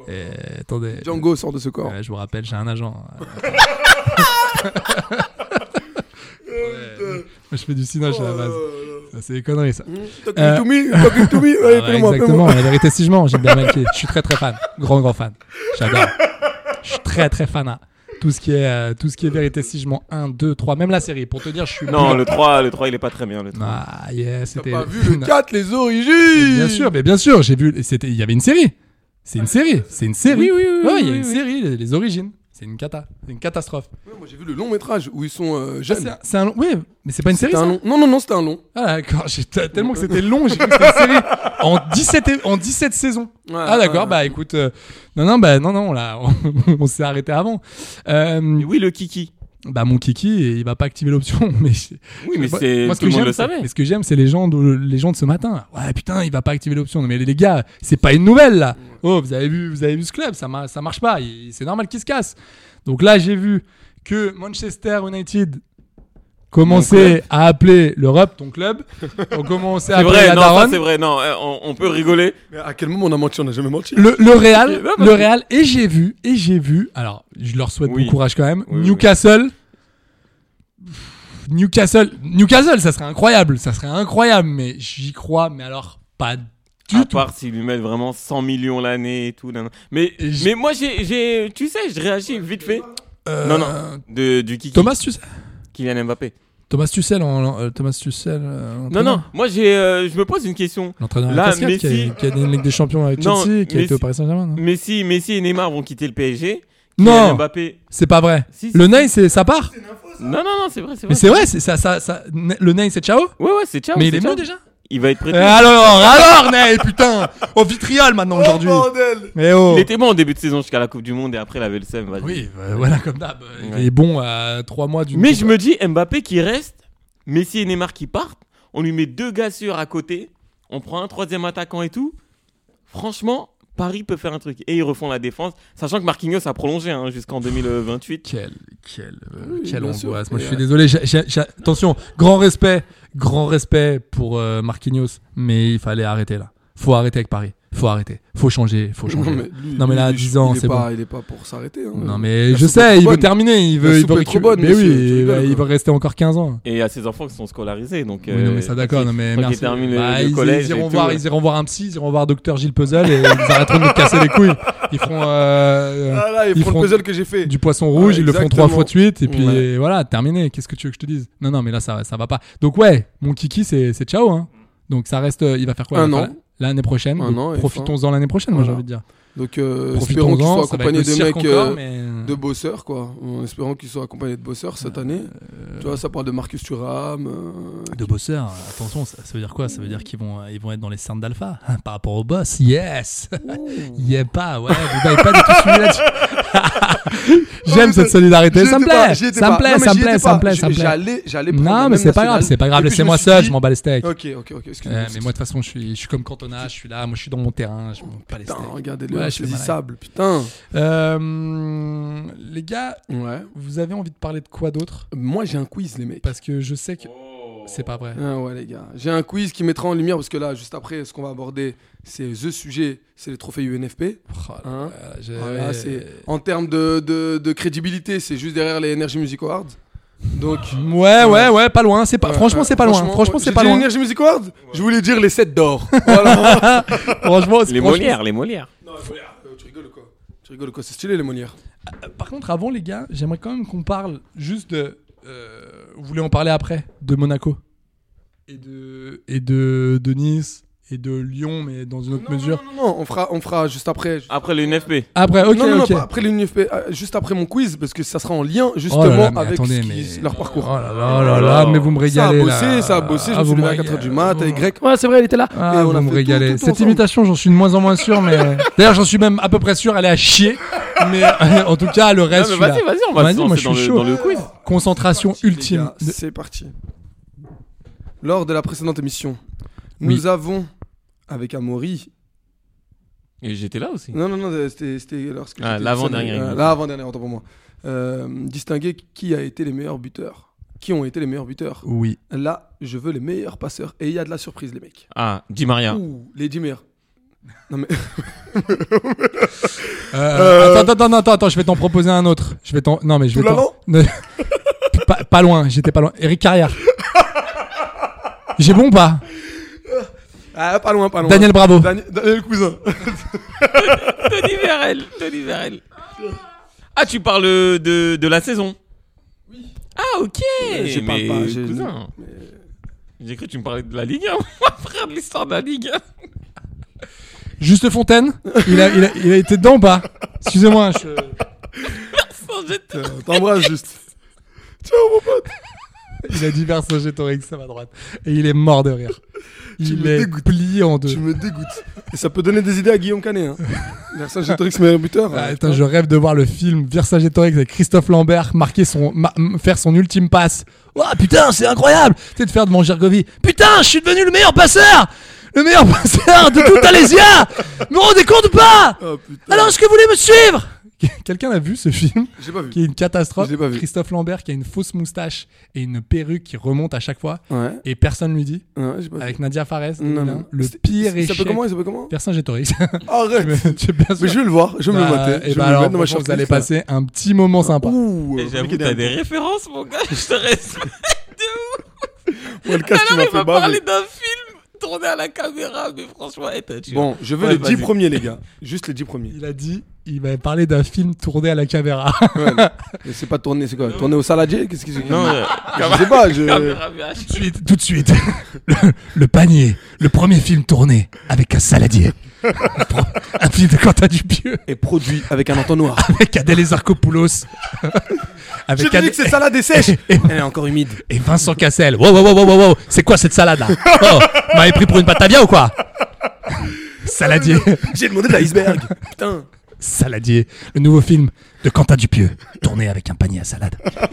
Eh, Attendez.
Django sort de ce corps.
Ouais, je vous rappelle, j'ai un agent. Ouais. Moi je fais du cinoche à la base. Ça, c'est des conneries ça.
Talking
Euh,
to me, talking to me.
Ah
Allez,
ouais,
fais-le-moi,
exactement,
fais-moi.
la vérité si je mens, j'aime bien Melky. Je suis très très fan. Grand grand fan. J'adore. Je suis très très fan. Tout ce qui est, euh, tout ce qui est vérité si je mens. un, deux, trois, même la série. Pour te dire, je suis.
Non, le trois, le trois, il est pas très bien. Le trois.
Ah yeah,
T'as
c'était.
pas vu le quatre, les origines
Bien sûr, mais bien sûr, j'ai vu. C'était, il y avait une série. C'est une série. C'est une série.
Oui, oui, oui,
Ouais, il y a
oui,
une
oui.
série, les, les origines. C'est une cata. C'est une catastrophe.
Ouais, moi j'ai vu le long métrage où ils sont euh,
Ah,
jeunes.
c'est, un, c'est un long. Oui, mais c'est pas une série.
C'était un
Ça
long. Non, non, non, c'était un long.
Ah d'accord. J'ai t- tellement que c'était long, j'ai cru que c'était une série en dix-sept é- en dix-sept saisons.
Ouais,
Ah d'accord.
ouais,
Bah écoute, euh, non non bah non non, on l'a, on, on s'est arrêté avant. Euh,
Mais oui, le kiki.
bah mon kiki, il va pas activer l'option, mais
Oui, mais
Moi-
c'est
moi, ce
tout
que
le monde
j'aime,
le
c'est-
savait.
Mais ce que j'aime, c'est les gens, de, les gens de ce matin. Ouais, putain, il va pas activer l'option. Non, mais les gars, c'est pas une nouvelle là. Oh, vous avez vu, vous avez vu ce club, ça, mar- ça marche pas. Il- c'est normal qu'il se casse. Donc là, j'ai vu que Manchester United commençait à appeler l'Europe, ton club. On commençait à
C'est
appeler
vrai,
la
non, ça
daronne.
c'est vrai. Non, euh, on, on peut rigoler.
Mais à quel moment on a menti? On n'a jamais menti.
Le, le Real,
Non, parce
le
que-
Real, et j'ai vu, et j'ai vu. Alors, je leur souhaite
Oui.
bon courage quand même.
Oui, oui,
Newcastle. Newcastle, Newcastle, ça serait incroyable, ça serait incroyable, mais j'y crois, mais alors pas du
À
tout.
part s'ils lui mettent vraiment cent millions l'année et tout. nan, nan. Mais,
Et j-
mais moi, j'ai, j'ai, tu sais, je réagis vite fait.
Euh,
Non, non, de, du kiki.
Thomas Tuchel,
Kylian Mbappé.
Thomas Tuchel, en, euh, Thomas Tuchel. euh,
Non,
entraîneur.
non, moi, j'ai, euh, je me pose une question.
L'entraîneur
Là,
à casquette, qui, a,
Messi-
qui a gagné une Ligue des Champions avec
Non,
Chelsea, qui a été
Messi-
au Paris Saint-Germain. non
Messi, Messi et Neymar vont quitter le P S G.
Non.
Kylian Mbappé.
C'est pas vrai.
Si, si,
le
si.
Ney, c'est ça part.
Non, non, non, c'est vrai, c'est vrai.
Mais c'est vrai, c'est ça, ça, ça. Le Ney, c'est ciao.
Ouais, ouais, c'est ciao.
Mais il
c'est
est
ciao.
mieux déjà.
Il va être prêté.
Euh, alors, alors, Ney, putain, au vitriol maintenant aujourd'hui.
Bordel.
Mais oh.
Il était bon en début de saison jusqu'à la Coupe du Monde et après il avait le seum. vas-y.
Oui, euh, voilà comme d'hab. Il
Ouais.
est bon à trois mois du.
Mais je me dis, Mbappé qui reste, Messi et Neymar qui partent, on lui met deux gars sûrs à côté, on prend un troisième attaquant et tout. Franchement, Paris peut faire un truc. Et ils refont la défense, sachant que Marquinhos a prolongé hein, jusqu'en deux mille vingt-huit.
Quel, quel, euh,
Oui,
quelle
bien
angoisse.
sûr.
Moi, je suis
Et,
désolé. j'ai- j'ai- j'ai- attention, grand respect, grand respect pour euh, Marquinhos, mais il fallait arrêter là. Faut arrêter avec Paris. Faut arrêter. Faut changer. Faut changer.
Non, mais, lui,
Non, mais là, à
lui,
dix ans,
il est
c'est
pas,
bon.
Il est pas pour s'arrêter. Hein.
Non, mais
La
je
soupe est
sais,
trop
il veut
bonne.
terminer. Il
La
veut, il
soupe
veut
est trop
récupérer.
bonne,
Mais
monsieur,
oui,
tu
il
rigoles,
va, il
quoi.
va rester encore quinze ans.
Et il y a ses enfants qui sont scolarisés. Donc,
Oui, non, mais ça, d'accord. Non, mais
quand
merci.
ils terminent le,
Bah,
le
ils,
collège.
ils,
et
iront
tout,
voir,
ouais.
ils iront voir un psy, ils iront voir Docteur Gilles Puzzle et ils arrêteront de nous casser les couilles. Ils feront, euh,
Ah là, ils,
ils
font
feront
le puzzle que j'ai fait.
du poisson rouge,
Ouais,
ils le font
exactement.
trois fois de suite et puis
Ouais.
voilà, terminé. Qu'est-ce que tu veux que je te dise? Non, non, mais là, ça, ça va pas. Donc, ouais, mon kiki, c'est, c'est ciao, hein. Donc, ça reste, il va faire quoi?
Un
il va
an.
faire l'année prochaine.
Un
Donc,
an et
profitons-en l'année prochaine, moi,
Voilà.
j'ai envie de dire.
Donc, euh, espérons
Profitons-en,
qu'ils soient
ça va être
accompagnés
le
de
cirque
mecs
encore,
euh,
mais-
de bosseurs, quoi. En espérant qu'ils soient accompagnés de bosseurs cette année. Tu vois, ça parle de Marcus Thuram. euh,
De bosseurs, attention, ça, ça veut dire quoi? Ça veut dire qu'ils vont, ils vont être dans les cernes d'alpha par rapport au boss. Yes, il y est pas, ouais, vous n'avez pas du tout suivi là-dessus. J'aime cette solidarité,
J'y
ça me
étais pas,
plaît,
j'y étais
ça me
pas.
plaît,
Non, mais
ça me
j'y
plaît,
étais
ça me
pas.
plaît, ça me plaît.
J'allais, j'allais prendre
Non,
le
mais
même
c'est pas
national.
grave, c'est pas grave,
Et puis je me
laissez-moi
suis
seul,
dit-
je m'en bats les steaks.
Ok, ok, ok, excusez-moi.
Ouais, mais moi de toute façon, je suis, je suis comme Cantona, je suis là, moi je suis dans mon terrain, je m'en bats les
Putain,
steaks.
regardez-le,
Ouais,
ouais,
je suis malade.
saisissable, putain.
Euh, les gars,
Ouais.
vous avez envie de parler de quoi d'autre?
Moi, j'ai un quiz, les mecs.
Parce que je sais que c'est pas vrai.
Ah ouais, les gars. J'ai un quiz qui mettra en lumière, parce que là, juste après, ce qu'on va aborder, c'est The Sujet, c'est les trophées U N F P.
Oh là
Hein.
là, j'ai-
Voilà, c'est- en termes de, de, de crédibilité, c'est juste derrière les Energy Music Awards. Donc,
Ouais, ouais, ouais, pas loin. C'est pas.
Ouais,
franchement,
ouais,
c'est pas loin. Franchement, c'est
j'ai
pas
dit
loin.
Energy Music Awards, je voulais dire les sept d'or. Voilà.
Franchement, c'est-
Les
franchement,
Molières, les Molières.
Non, les Molières, euh, tu rigoles ou quoi? Tu rigoles ou quoi? C'est stylé, les Molières.
Par contre, avant, les gars, j'aimerais quand même qu'on parle juste de. euh, vous voulez en parler après? De Monaco. Et de. Et de, de Nice. Et de Lyon, mais dans une autre
Non,
mesure.
non, non, non, on fera, on fera juste après.
Après le U N F P.
Après, ok,
non, non,
ok.
non, pas après l'U N F P, euh, juste après mon quiz, parce que ça sera en lien justement
Oh là là, mais
avec
attendez,
ce qui-
mais-
leur parcours.
Oh là là là là, mais vous me régalez.
Ça a bossé,
là.
ça a bossé, je
Ah,
me
vous
suis levé
me
à quatre heures du
régalez.
mat avec Greg. Ouais, c'est vrai, elle était là.
Ah,
Et on
vous
a
me
fait
régalez.
tout, tout
Cette
ensemble.
imitation, j'en suis de moins en moins sûr, mais. D'ailleurs, j'en suis même à peu près sûr, elle est à chier. Mais en tout cas, le reste.
Non,
je
mais
suis
vas-y,
là.
vas-y, on va se
Vas-y, moi,
lancer
je
dans
suis
le-
chaud.
dans le quiz.
Concentration
Les
ultime.
gars,
De-
C'est parti. Lors de la précédente émission, nous
Oui.
avons, avec Amaury.
Et j'étais là aussi.
Non, non, non, c'était c'était lorsque.
Ah,
j'étais
l'avant-dernière
seul, euh,
émission.
L'avant-dernière, autant pour moi. Euh, distinguer qui a été les meilleurs buteurs. Qui ont été les meilleurs buteurs.
Oui.
Là, je veux les meilleurs passeurs. Et il y a de la surprise, les mecs.
Ah, Di Maria.
Ouh, les dix meilleurs. Non, mais.
Euh, Attends, attends, attends, attends, je vais t'en proposer un autre. Je vais t'en. Non, mais je vais t'en. Ne- pas, pas loin, j'étais pas loin. Eric Carrière. J'ai bon ou pas?
Ah, pas loin, pas loin.
Daniel Bravo.
Dani- Daniel Cousin.
Tony Vérel. Tony Vérel. Ah, tu parles de, de la saison. Oui. Ah, ok.
Je parle
mais,
pas, j'ai-
cousin. J'ai cru que tu me parlais de la Ligue un. Frère de l'histoire de la Ligue un.
Juste Fontaine. Il a, il, a, il a été dedans ou pas? Excusez-moi. Je...
Euh, T'embrasses juste. Ciao, mon pote.
Il a dit Vercingétorix à ma droite. Et il est mort de rire.
Tu
Il
me
est
dégoûtes.
plié en deux.
Tu me dégoûtes. Et ça peut donner des idées à Guillaume Canet. Hein. Vercingétorix, meilleur buteur.
Ah,
euh,
attends, je rêve de voir le film Vercingétorix avec Christophe Lambert marquer son, ma- m- faire son ultime passe. Oh putain, c'est incroyable. Tu sais, de faire devant Gergovie. Putain, je suis devenu le meilleur passeur. Le meilleur passeur de toute Alésia. Me vous rendez compte ou pas?
Oh, putain.
Alors, est-ce que vous voulez me suivre? Quelqu'un a vu ce film?
J'ai pas vu.
Qui est une catastrophe.
Je l'ai pas vu.
Christophe Lambert qui a une fausse moustache et une perruque qui remonte à chaque fois.
Ouais.
Et personne lui dit.
Ouais, j'ai pas vu.
Avec Nadia Fares.
Non,
hein,
non.
Le
C'est-
pire
il
échec.
s'appelle comment Il s'appelle comment
Vercingétorix.
Arrête.
Tu es bien sûr.
Mais je vais le voir. Je vais me le
Bah,
mater.
et
Je
bah
vais me le
alors,
mettre dans ma
franchement, vous
shortlist,
allez
là.
passer un petit moment sympa.
Ouh.
Et j'avoue, t'as des références, mon gars. Je te respecte.
Ouais, le casque qui
Alors,
m'a
il
fait
va
baver.
parler d'un film tourné à la caméra, mais franchement, hey, t'as tué.
Bon, je veux
Ouais,
les dix
vas-y.
premiers, les gars. Juste les dix premiers.
Il a dit, il va parler d'un film tourné à la caméra.
Ouais, mais- mais c'est pas tourné, c'est quoi Tourné au saladier Qu'est-ce que c'est
Non, euh,
Je sais pas. Je...
caméra V H.
tout de suite, tout de suite. Le, le panier, le premier film tourné avec un saladier. Un film de Quentin Dupieux
Et produit avec un entonnoir.
avec Adèle Exarchopoulos.
J'ai
Adèle-
dit que cette salade est sèche.
Et- et-
Elle est encore humide.
Et Vincent Cassel. Wow, wow, wow, wow, wow, wow. C'est quoi cette salade là? Oh, vous m'avez pris pour une patavia ou quoi? Saladier.
J'ai demandé de l'iceberg. Putain.
Saladier, le nouveau film de Quentin Dupieux, tourné avec un panier à salade.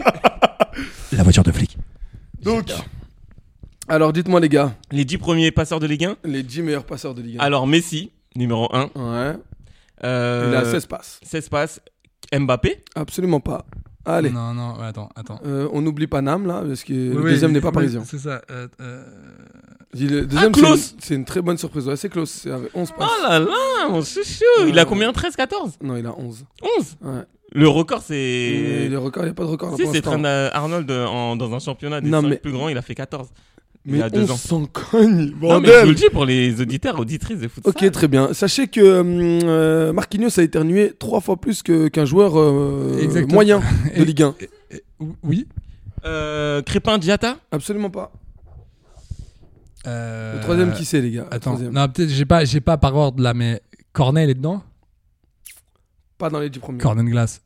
La voiture de flic.
Donc, alors dites-moi, les gars,
Les dix premiers passeurs de Ligue un.
les dix meilleurs passeurs de Ligue un.
Alors, Messi, numéro un.
Ouais.
Euh,
Il a seize passes.
seize passes. Mbappé?
Absolument pas. Allez.
Non, non, ouais, attends, attends.
Euh, on n'oublie pas Nam, là, parce que
Oui,
le
oui,
deuxième n'est pas
oui,
parisien.
C'est ça. Euh, euh...
Dis, le deuxième,
Ah,
c'est, une,
Klose.
c'est une très bonne surprise. Ouais, c'est close. C'est avec onze passes.
Oh là là, mon chouchou. Il a combien? treize, quatorze?
Non, il a onze.
onze?
Ouais.
Le record, c'est.
Et le record, il n'y a pas de record là
Si,
pour
c'est
l'instant.
Trent Arnold en- dans un championnat des
Non,
cinq
mais-
plus grands, il a fait quatorze.
Mais
il y a deux
on
ans.
s'en cogne,
Non, mais je vous le dis pour les auditeurs, auditrices de foot.
Ok, très bien. Sachez que euh, Marquinhos a éternué trois fois plus que, qu'un joueur euh,
Exactement.
moyen de
Et-
Ligue un.
et- et- oui.
Euh, Crépin Diatta?
Absolument pas.
Euh...
Le troisième, qui c'est, les gars? Le
Attends,
troisième.
non, peut-être j'ai pas, j'ai pas par ordre là, mais Cornet il est dedans.
Pas dans les dix premiers.
Cornet de glace.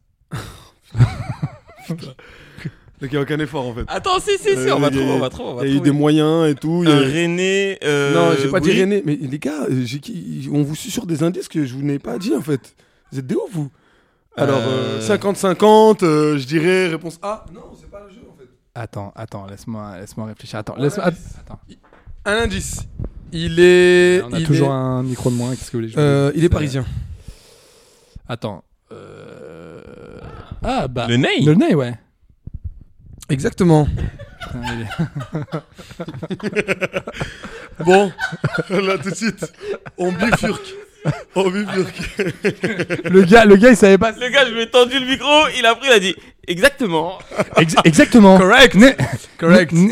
Donc il n'y a aucun effort en fait.
Attends, si, si, si,
Euh,
on va
il y a-
trouver, on va trouver. on va
Il y a eu
trouver.
des moyens et tout. il y a-
Euh, René. euh,
Non, j'ai pas dit
oui.
René. Mais les gars, euh, j'ai qui... on vous suit sur des indices que je vous n'ai pas dit en fait. Vous êtes des ouf, vous. Alors,
Euh,
euh, cinquante cinquante, euh, je dirais réponse A. Non, c'est pas le jeu en fait.
Attends, attends, laisse-moi, laisse-moi réfléchir. Attends, laisse-moi. Attends.
Un indice. Il est.
On a
il
toujours
est...
un micro de moins. Qu'est-ce que vous voulez que je
Euh,
vous dise
il est parisien.
Attends. Euh... Ah bah.
Le Ney.
Le Ney, ouais.
Exactement.
Putain, il est-
Bon, là tout de suite, on bifurque. On bifurque.
le gars, le gars, il savait pas.
Le gars, je lui ai tendu le micro, il a pris, il a dit exactement.
Ex- exactement.
Correct.
Ne-
Correct.
Ne-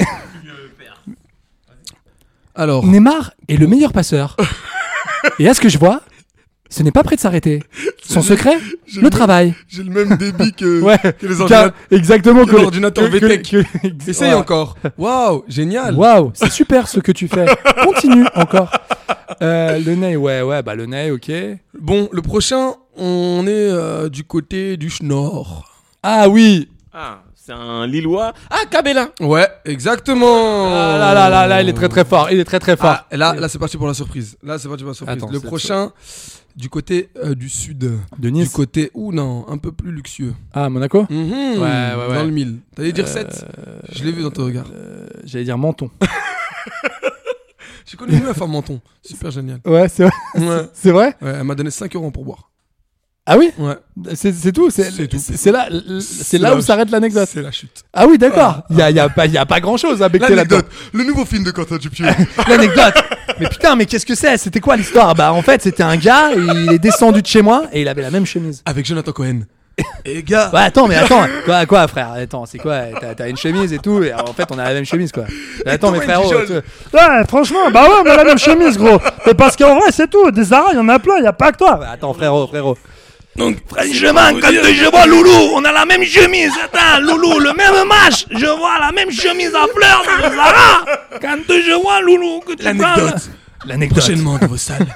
Alors,
Neymar est le meilleur passeur. Et à ce que je vois, ce n'est pas prêt de s'arrêter. Son secret,
j'ai
le travail.
j'ai le même débit que,
Ouais.
que les
Car-
ordinateurs.
exactement
que
que
l'ordinateur
que-
V T E C.
que- que-
Essaye
Ouais.
encore. Waouh, génial.
Waouh, c'est super ce que tu fais. Continue encore. Euh, le Ney, ouais, ouais, bah le Ney, ok.
Bon, le prochain, on est euh, du côté du Schnorr.
Ah oui.
Ah, c'est un Lillois. Ah, Cabella.
Ouais, exactement.
Ah là là là là, il est très très fort. Il est très très fort.
Ah, là, là c'est parti pour la surprise. Là, c'est parti pour la surprise.
Attends,
le
c'est-
prochain, du côté euh, du sud.
De Nice.
Du côté, ou non, un peu plus luxueux.
Ah, Monaco.
Mhm,
Ouais, ouais, ouais.
Dans le mille. T'allais dire
Euh,
sept. Je l'ai vu dans ton regard.
Euh, J'allais dire Menton.
J'ai connu une meuf à Menton. Super génial.
Ouais, c'est vrai.
Ouais.
C'est vrai.
Ouais, elle m'a donné cinq euros pour boire.
Ah oui.
Ouais.
C'est c'est tout. C'est
C'est tout.
c'est là, c'est
C'est
là
la-
où s'arrête l'anecdote.
C'est la chute.
Ah oui, d'accord. Il y a, il y a pas, il y a pas grand chose à becter là-dedans.
L'anecdote. Le nouveau film de Quentin Dupieux.
L'anecdote. Mais putain, mais qu'est-ce que c'est? C'était quoi l'histoire? Bah en fait, c'était un gars, il est descendu de chez moi et il avait la même chemise.
Avec Jonathan Cohen. Et gars.
Ouais, attends, mais attends, quoi, quoi, frère? Attends, c'est quoi? T'as, t'as une chemise et tout, et en fait, on a la même chemise, quoi. Mais attends, mais
toi,
frérot.
Indijon.
tu- Ouais, franchement, bah ouais, on a la même chemise, gros. Mais parce qu'en vrai, c'est tout. Des Zara, il y en a plein, il y a pas que toi. Attends, frérot, frérot.
Donc,
Franchement, quand je vois Loulou, on a la même chemise. Attends, Loulou, le même match. Je vois la même chemise à fleurs de Zara. Quand je vois Loulou, que tu
l'anecdote.
parles. L'anecdote.
Prochainement dans vos salles.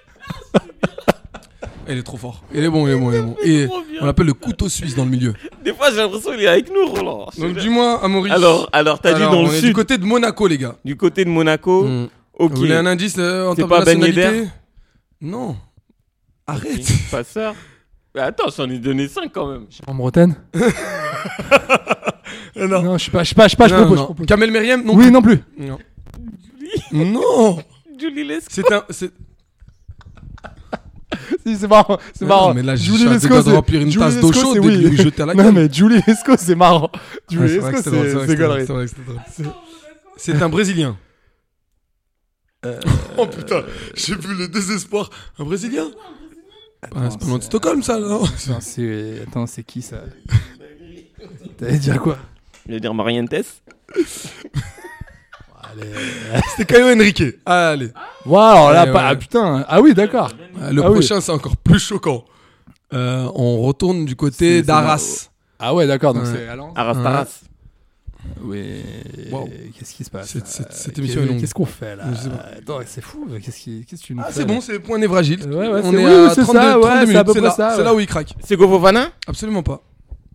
Il est trop fort. Il est bon, il est bon, il est bon. Et
trop bien.
on l'appelle le couteau suisse dans le milieu.
Des fois, j'ai l'impression qu'il est avec nous, Roland.
Donc dis-moi, Amaury.
Alors, alors t'as dit
Alors,
dans
on
le
est
sud,
du côté de Monaco, les gars.
du côté de Monaco.
Mm.
Ok.
Vous voulez un indice euh, en
C'est
termes
pas
de
Ben
nationalité?
Yedder?
Non. Arrête.
Ok, Passeur. Mais attends, j'en ai donné cinq quand même.
En Bretagne.
Euh, non.
Non, je suis pas, je suis pas, je suis pas, je
Non,
propose.
non.
je propose.
Kamel Meriem non
Oui,
plus.
non plus.
Non. Non.
Julie Lescaut.
C'est un. c'est-
Si, c'est marrant, c'est
Mais
marrant.
non, mais là, je
Julie
suis à deux
Lescaut,
doigts de
c'est-
remplir une
Julie
tasse d'eau
Lescaut,
chaude
c'est
et de
oui.
lui jeter à la
Non,
gueule.
mais Julie Lescaut, c'est marrant. Julie
Ouais, c'est vrai
Lescaut,
que c'était drôle,
c'est
vrai que
c'est
c'était drôle,
gaulerie.
c'est vrai que c'était drôle. C'est un Brésilien. Oh putain, j'ai vu le désespoir. Un Brésilien. Ah, c'est pas loin de Stockholm, ça, non?
Attends, c'est... Attends, c'est qui ça? T'allais dire quoi?
Je vais dire Marientes.
C'était Caio Henrique. Allez.
Waouh, là,
Ouais,
pas...
ouais.
ah, putain. Ah oui, d'accord.
Ah, Le
Ah oui.
prochain, c'est encore plus choquant. Euh, on retourne du côté
C'est- c'est
d'Arras.
Ah ouais, d'accord, donc
Ouais.
c'est à Lens.
Arras
Ouais.
Taras.
Oui.
Wow.
Qu'est-ce qui se passe?
Cette-
là
cette- cette
Qu'est-
émission est longue.
Qu'est-ce qu'on fait là?
Je sais pas.
Attends, c'est fou. Qu'est-ce qui- qu'est-ce que tu nous
Ah,
fais,
c'est bon,
là
c'est point névragile.
Ouais, ouais,
on
c'est-
est
oui,
à
oui, c'est
trente-deux,
ça, ouais,
trente-deux
c'est à
minutes.
peu
C'est
près
là,
ça,
c'est
ouais.
là où il craque.
C'est Govovana.
Absolument pas.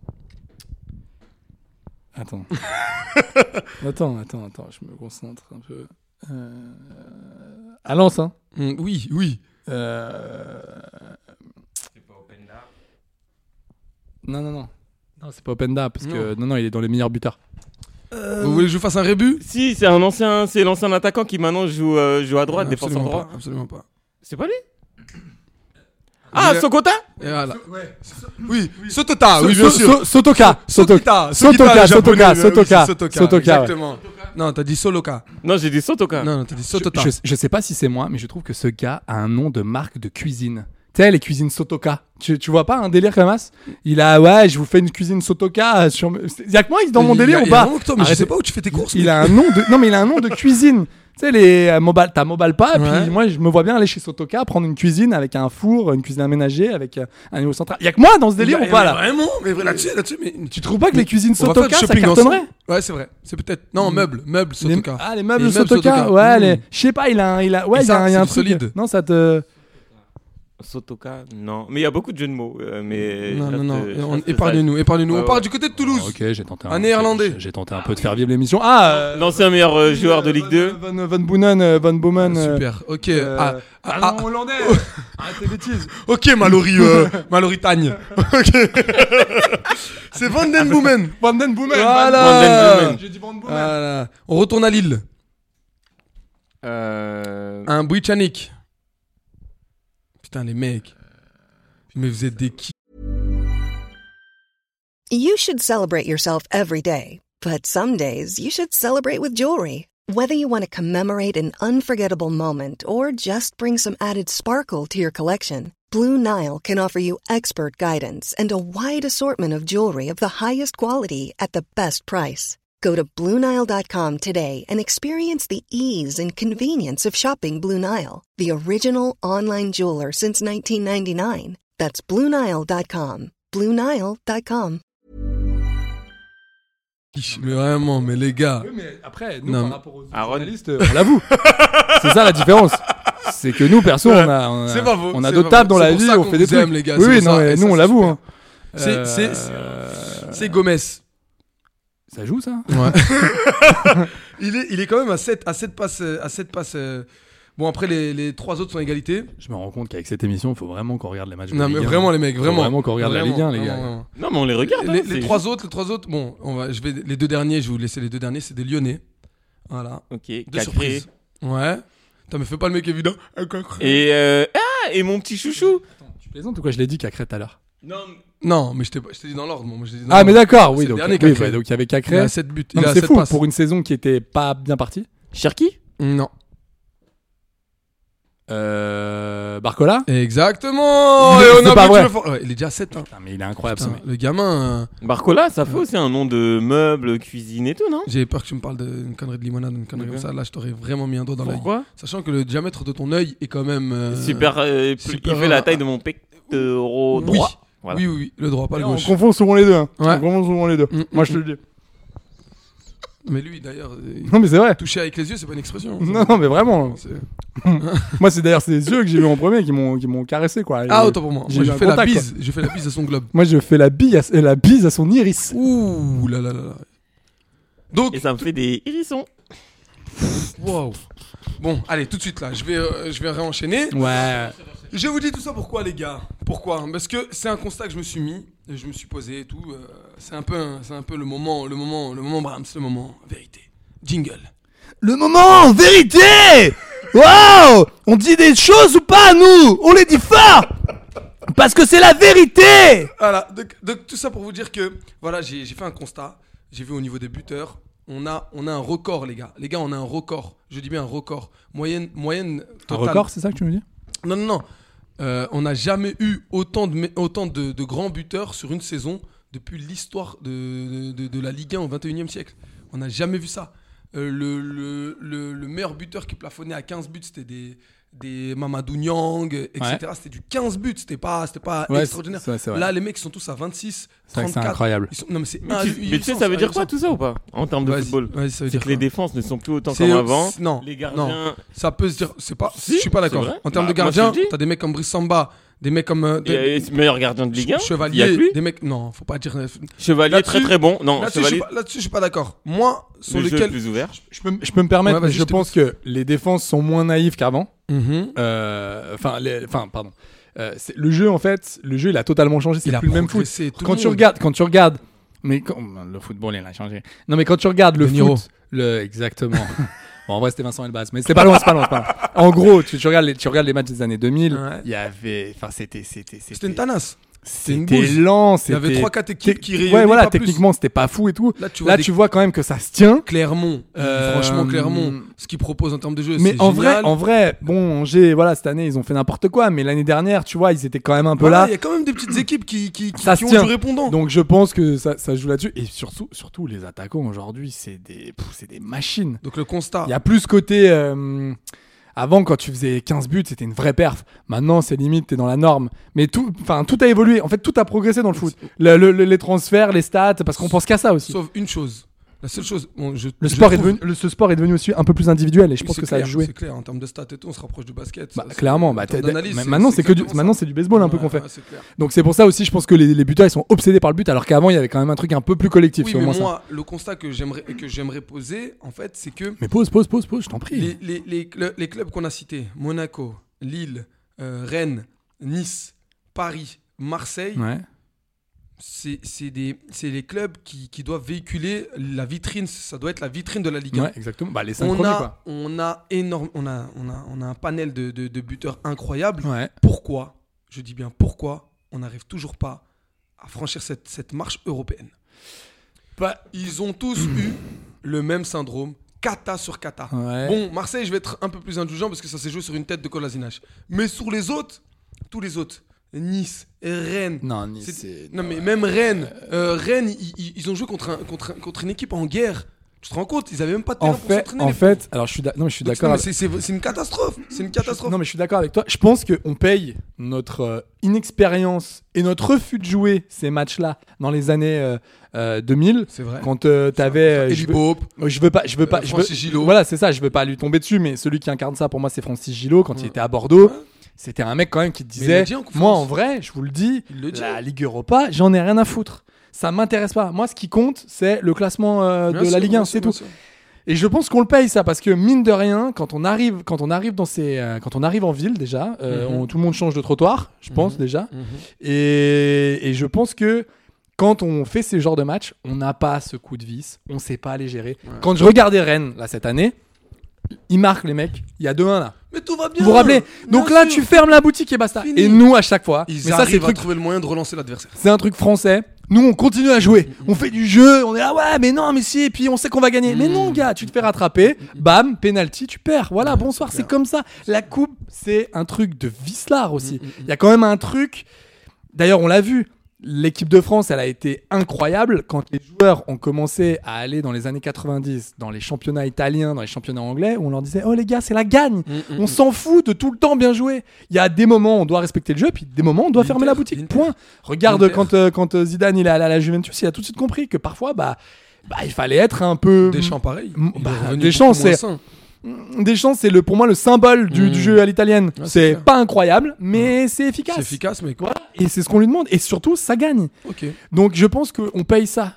Attends. attends, attends, attends, je me concentre un peu. Euh... À Lens, hein.
Mm, oui, oui.
Euh... C'est pas Openda. Non, non, non. Non, c'est pas Openda parce que non, non, il est dans les meilleurs buteurs.
Euh... Vous voulez que je vous fasse un rébut?
Si, c'est un ancien, c'est l'ancien attaquant qui maintenant joue, euh, joue à droite,
Non,
défenseur
absolument
droit.
pas, absolument pas.
C'est pas lui? Ah, Sokota
Et voilà. Oui, Sotota, oui, bien
So-
sûr.
so- Sotoka.
Sokita,
Sotoka,
japonais,
Sotoka,
mais oui,
Sotoka,
c'est Sotoka,
Sotoka, ouais.
exactement. Non, t'as dit Soloka.
Non, j'ai dit Sotoka.
Non, non, t'as dit Sotota.
Je, je sais pas si c'est moi, mais je trouve que ce gars a un nom de marque de cuisine. Tu sais, les cuisines Sotoka. Tu, tu vois pas un délire comme ça? Il a, ouais, je vous fais une cuisine Sotoka. Sur... Il y a que moi qui est dans mon
Il y a-
délire
il
ou
y a
pas?
un nom que toi, mais je
Arrêtez.
sais pas où tu fais tes courses.
Il
mais-
a un nom de, non mais il a un nom de cuisine. Tu sais, les euh, mobile, t'as mobile pas, et
Ouais.
puis moi je me vois bien aller chez Sotoka prendre une cuisine avec un four, une cuisine aménagée avec euh, un niveau central. Il y a que moi dans ce délire
Il y a-
ou pas là?
Vraiment, mais vrai, là-dessus, là-dessus, mais.
Tu trouves pas que les cuisines
On va faire
Sotoka
du
ça
shopping
cartonnerait?
ensemble. Ouais, c'est vrai. C'est peut-être. Non, meubles, meubles
Les-
Sotoka.
Ah les meubles
Les
Sotoka, ouais,
Mmh.
les... je sais pas, il a, un- il a, ouais,
Et
il y a,
ça,
un- il y a un
c'est
truc.
solide.
Non, ça te.
Sotoka, non. Mais il y a beaucoup de jeux de mots. euh, mais
Non,
je
non,
reste-
non.
je
On-
reste
Épargne-nous, épargne-nous.
Ouais,
On part
ouais.
du côté de Toulouse.
Ok, j'ai tenté un,
Un néerlandais.
J'ai, j'ai tenté un peu de faire vivre l'émission. Ah, euh,
L'ancien meilleur euh, joueur de Ligue deux.
Van, Van Boonen, euh, Van Boomen. euh,
Super. Ok.
euh,
Ah,
ah,
ah,
non, hollandais. Arrête tes bêtises.
Ok, Mallory, euh, Mallory Tagne. Ok. C'est Van Den Boomen.
Van Den Boomen.
Voilà.
Van Den Boomen.
J'ai dit Van Boomen.
Voilà. On retourne à Lille.
Euh...
Un Britannique. Putain, les mecs. Mais vous êtes des qui?
You should celebrate yourself every day, but some days you should celebrate with jewelry. Whether you want to commemorate an unforgettable moment or just bring some added sparkle to your collection, Blue Nile can offer you expert guidance and a wide assortment of jewelry of the highest quality at the best price. Go to Blue Nile dot com today and experience the ease and convenience of shopping Blue Nile, the original online jeweler since nineteen ninety-nine. That's Blue Nile dot com. Blue Nile dot com.
Mais vraiment, mais les gars.
Oui, mais après, nous,
Non,
par
mais-
rapport aux
Aaron.
journalistes, euh, on l'avoue. C'est ça la différence. C'est que nous, perso, on a, on a,
C'est pas faux,
on a
c'est
d'autres
pas
tables
faux.
dans
C'est
la
pour
vie,
ça
on
qu'on
fait des
vous
trucs.
aime, les gars,
Oui,
c'est
oui,
pour
non,
ça.
mais
Et
nous,
ça,
on
c'est
l'avoue.
super.
hein.
C'est,
Euh,
c'est, c'est Gomez.
Ça joue, ça?
Ouais. il, est, il est quand même à sept, à sept passes. euh, À sept passes euh, Bon, après, les, les trois autres sont égalité.
Je me rends compte qu'avec cette émission, il faut vraiment qu'on regarde les matchs de
Non,
Ligue
mais
un.
vraiment, les mecs,
Faut
vraiment.
vraiment qu'on regarde la
Vraiment,
Ligue un, les
vraiment,
gars.
vraiment.
Non, mais on les regarde.
Les,
hein,
les
c'est
trois autres, les trois autres, bon, on va, je vais, les deux derniers, je vais vous laisser les deux derniers, c'est des Lyonnais. Voilà.
Ok,
Deux
Cacré.
surprises. Ouais. Putain, mais fais pas le mec évident.
Et euh... ah, et mon petit chouchou.
Tu plaisantes ou quoi? Je l'ai dit Cacré tout à l'heure.
Non,
Non, mais je t'ai, pas- je t'ai dit dans l'ordre, moi. Je t'ai dit dans
Ah, mais
l'ordre.
d'accord, oui.
C'est le
Donc,
dernier
oui,
Cacré.
ouais, donc il y avait
Il
Cacré.
a sept buts.
Non,
Il
mais
a
c'est
sept
fou
passes.
pour une saison qui était pas bien partie.
Cherki.
Non.
Euh, Barcola.
Exactement.
Mais
Et on
c'est
a
pas
battu
vrai.
le fort. Ouais, il est déjà à sept. Hein.
Putain, mais il est incroyable, ce
Putain,
mec.
le gamin. euh,
Barcola, ça fait aussi un nom de meuble, cuisine et tout, non?
J'ai peur que tu me parles d'une connerie de limonade, une connerie
Ok.
comme ça. Là, je t'aurais vraiment mis un doigt dans l'œil.
Pourquoi?
Sachant que le diamètre de ton œil est quand même. euh,
Super, euh, plus-
super
il fait la
rare.
taille de mon pectoral
Oui.
droit. Voilà.
Oui, oui, oui, le droit, pas le
On
gauche.
confond souvent les deux. Hein.
Ouais.
On confond souvent les deux.
Mm,
Moi,
mm,
je te le dis.
Mais lui, d'ailleurs, euh,
Non, mais c'est vrai.
toucher avec les yeux, c'est pas une expression.
Non, non, mais vraiment.
C'est-
Moi, c'est d'ailleurs ces yeux que j'ai vu en premier qui m'ont, qui m'ont caressé, quoi.
Ah,
Et
autant pour moi.
j'ai
Moi,
eu
je
un
fais la
contact,
bise. Je fais la bise à son globe.
Moi, je fais la bise à, la bise à son iris.
Ouh là là là là. Donc,
Et ça me fait des hérissons.
wow. Bon, allez, tout de suite là, je vais, euh, je vais réenchaîner.
Ouais.
Je vous dis tout ça pourquoi, les gars? Pourquoi? Parce que c'est un constat que je me suis mis, et je me suis posé et tout. euh, c'est un peu, un- c'est un peu le moment, le moment, le moment Brahms, le moment vérité. Jingle.
Le moment, vérité. Wow. On dit des choses ou pas, nous? On les dit fort. Parce que c'est la vérité.
Voilà, donc, donc tout ça pour vous dire que voilà, j'ai j'ai fait un constat. J'ai vu au niveau des buteurs, on a, on a un record, les gars. Les gars, on a un record. Je dis bien un record. Moyenne, moyenne
Un
totale.
record, c'est ça que tu me dis?
Non, non, non. Euh, on n'a jamais eu autant de, me- autant de, de grands buteurs sur une saison depuis l'histoire de, de, de la Ligue un au vingt et unième siècle. On n'a jamais vu ça. Euh, le, le, le, le meilleur buteur qui plafonnait à quinze buts, c'était des, des Mamadou Niang, et cetera.
Ouais.
C'était du quinze buts, c'était pas, c'était pas
Ouais,
extraordinaire.
c'est- c'est vrai.
Là, les mecs, ils sont tous à vingt-six,
C'est vrai que
trente-quatre.
c'est incroyable.
Ils sont- Non, mais c'est
Mais tu, mais tu sais, ça veut dire quoi tout ça ou pas? En termes de
Vas-y,
football.
vas-y, ça veut
C'est
dire
que les
quoi?
défenses ne sont plus autant
C'est-
comme avant.
c'est- non,
Les gardiens.
Ça peut se dire, c'est pas,
Si,
je suis pas d'accord.
c'est vrai.
En termes
Bah,
de
moi, je te
gardien,
le dis.
t'as des mecs comme Brice Samba, des mecs comme euh,
Et, et c'est meilleur gardien de Ligue un. Il y a que
Chevalier,
lui.
des mecs. Non, faut pas dire.
Chevalier
Là-dessus-
très très bon. Non,
Là-dessus, je
Chevalier.
suis pas- là-dessus, je suis pas d'accord. Moi, sur
Le jeu
lequel.
plus ouvert.
Je peux, je peux me permettre,
Ouais, vas-y,
je
je t'écoute.
pense que les défenses sont moins naïves qu'avant.
Mhm.
Euh, Enfin, les- enfin, pardon. Euh, c'est- le jeu, en fait, le jeu, il a totalement changé. C'est
Il a
plus le même foot.
progressé, tout le
Quand tu
monde.
regardes, quand tu regardes, mais quand- le football, il a changé. Non, mais quand tu regardes le,
Le Niro.
foot, le exactement. Bon, en vrai, c'était Vincent Elbaz, mais c'est pas loin, c'est pas loin, c'est pas loin. En gros, tu, tu regardes les, tu regardes les matchs des années deux mille,
Ouais.
il y avait, enfin, c'était, c'était, c'était,
C'était une tanasse. C'était une
c'était
bouse.
lent,
Il y
c'était.
avait trois quatre équipes qui rayonnaient
Ouais, voilà,
pas plus.
techniquement, c'était pas fou et tout.
Là, tu vois
Là,
des-
tu vois quand même que ça se tient.
Clermont,
Euh,
franchement Clermont, ce qu'ils proposent en termes de jeu,
Mais
c'est
en
génial.
vrai, en vrai, bon, Angers, voilà, cette année, ils ont fait n'importe quoi, mais l'année dernière, tu vois, ils étaient quand même un peu
Voilà,
là.
il y a quand même des petites équipes qui, qui, qui,
Ça
qui
se
ont
tient.
du répondant.
Donc je pense que ça, ça joue là-dessus. Et surtout, surtout les attaquants aujourd'hui, c'est des, pff, c'est des machines.
Donc le constat.
Il y a plus ce côté. euh, Avant, quand tu faisais quinze buts, c'était une vraie perf. Maintenant, c'est limite, t'es dans la norme. Mais tout, enfin, tout a évolué. En fait, tout a progressé dans le foot. Le- le- le- les transferts, les stats, parce qu'on pense qu'à ça aussi.
Sauf une chose. La seule chose. Bon, je,
Le
je
sport, est
trouve-
devenu, le, ce sport est devenu aussi un peu plus individuel et je
Oui,
pense
c'est
que ça a
clair,
joué.
C'est clair, en termes de stats et tout, on se rapproche du basket.
Bah,
ça, c'est-
clairement,
en
bah,
termes
t'es-
d'analyse,
ma-
c'est-
maintenant
c'est
c'est que du,
exactement
maintenant
ça.
c'est du baseball un peu
Ouais,
qu'on fait.
ouais, c'est clair.
Donc c'est pour ça aussi, je pense que les, les buteurs ils sont obsédés par le but, alors qu'avant il y avait quand même un truc un peu plus collectif.
Oui,
sur
mais
moi, ça.
moi, le constat que j'aimerais que j'aimerais poser, en fait, c'est que
Mais pause, pause, pause, pause, je t'en prie.
les, les, les, cl- les clubs qu'on a cités, Monaco, Lille, euh, Rennes, Nice, Paris, Marseille,
Ouais.
c'est c'est des c'est les clubs qui, qui doivent véhiculer la vitrine. Ça doit être la vitrine de la Ligue un.
Ouais, exactement. Bah, les cinq
On
premiers,
a,
quoi.
on a énorme, on a, on a, on a un panel de, de, de buteurs incroyables.
Ouais.
Pourquoi, je dis bien pourquoi, on n'arrive toujours pas à franchir cette, cette marche européenne?
Bah,
Ils ont tous eu le même syndrome, kata sur kata.
Ouais.
Bon, Marseille, je vais être un peu plus indulgent parce que ça s'est joué sur une tête de Kolasinac. Mais sur les autres, tous les autres, Nice, Rennes.
Non, Nice,
c'est-
c'est-
Non, mais même Rennes, euh, Rennes, ils, ils- ils ont joué contre, un, contre, un- contre une équipe en guerre. Tu te rends compte? Ils avaient même pas de terrain
En
pour
fait,
s'entraîner.
en
les
fait,
pauvres.
alors je suis, d'a- non, mais je suis
Donc,
d'accord.
non,
avec-
mais c'est- c'est c'est une catastrophe. C'est une catastrophe.
Non, mais je suis d'accord avec toi. Je pense qu'on paye notre euh, inexpérience et notre refus de jouer ces matchs-là dans les années euh, euh, deux mille.
C'est vrai.
Quand euh, t'avais. euh,
Eli
je veux-
Bope,
Euh, Je veux pas, je veux pas,
Euh,
je veux-
Francis Gillot.
Voilà, c'est ça. Je veux pas lui tomber dessus, mais celui qui incarne ça pour moi, c'est Francis Gillot quand il était à Bordeaux.
Ouais.
C'était un mec quand même qui te
Mais il
disait,
le dit en conférence.
moi en vrai, je vous le dis,
Il le dit.
la Ligue Europa, j'en ai rien à foutre. Ça m'intéresse pas. Moi, ce qui compte, c'est le classement euh,
Bien
de la
sûr,
Ligue
bien
un,
sûr,
c'est
bien
tout.
sûr.
Et je pense qu'on le paye ça parce que mine de rien, quand on arrive, quand on arrive dans ces, euh, quand on arrive en ville déjà, euh,
Mhm.
on- tout le monde change de trottoir, je pense
Mhm.
déjà.
Mhm.
Et, et je pense que quand on fait ces genres de matchs, on n'a pas ce coup de vis, on sait pas les gérer. Quand je regardais Rennes là cette année, ils marquent les mecs, il y a deux un là.
Mais tout va bien.
Vous vous rappelez?
Bien
Donc là,
sûr.
tu fermes la boutique et basta.
Fini.
Et nous, à chaque fois,
Ils
mais ça c'est
arrivent
le truc,
à trouver le moyen de relancer l'adversaire.
c'est un truc français. Nous, on continue à jouer. On fait du jeu. On est là, ouais, mais non, mais si. Et puis, on sait qu'on va gagner. Mais non, gars, tu te fais rattraper. Bam, penalty, tu perds. Voilà, bonsoir. C'est comme ça. La coupe, c'est un truc de vicelard aussi. Il y a quand même un truc. D'ailleurs, on l'a vu. L'équipe de France, elle a été incroyable quand les joueurs ont commencé à aller dans les années quatre-vingt-dix dans les championnats italiens, dans les championnats anglais, où on leur disait, oh les gars, c'est la gagne. On s'en fout de tout le temps bien jouer. Il y a des moments où on doit respecter le jeu, puis des moments où on doit fermer la boutique.
l'Inter.
Point. Regarde
L'Inter.
quand, euh, quand euh, Zidane il est allé à la Juventus, il a tout de suite compris que parfois, bah, bah il fallait être un peu.
Deschamps pareil.
Mm,
Il est
bah,
revenu
Deschamps,
beaucoup moins
c'est-
sain.
Deschamps, c'est le, pour moi le symbole du,
Mm.
du jeu à l'italienne.
c'est
c'est
clair.
pas incroyable, mais c'est efficace.
C'est efficace, mais quoi.
Voilà. Et c'est ce qu'on lui demande. Et surtout, ça gagne.
Ok.
Donc je pense qu'on paye ça.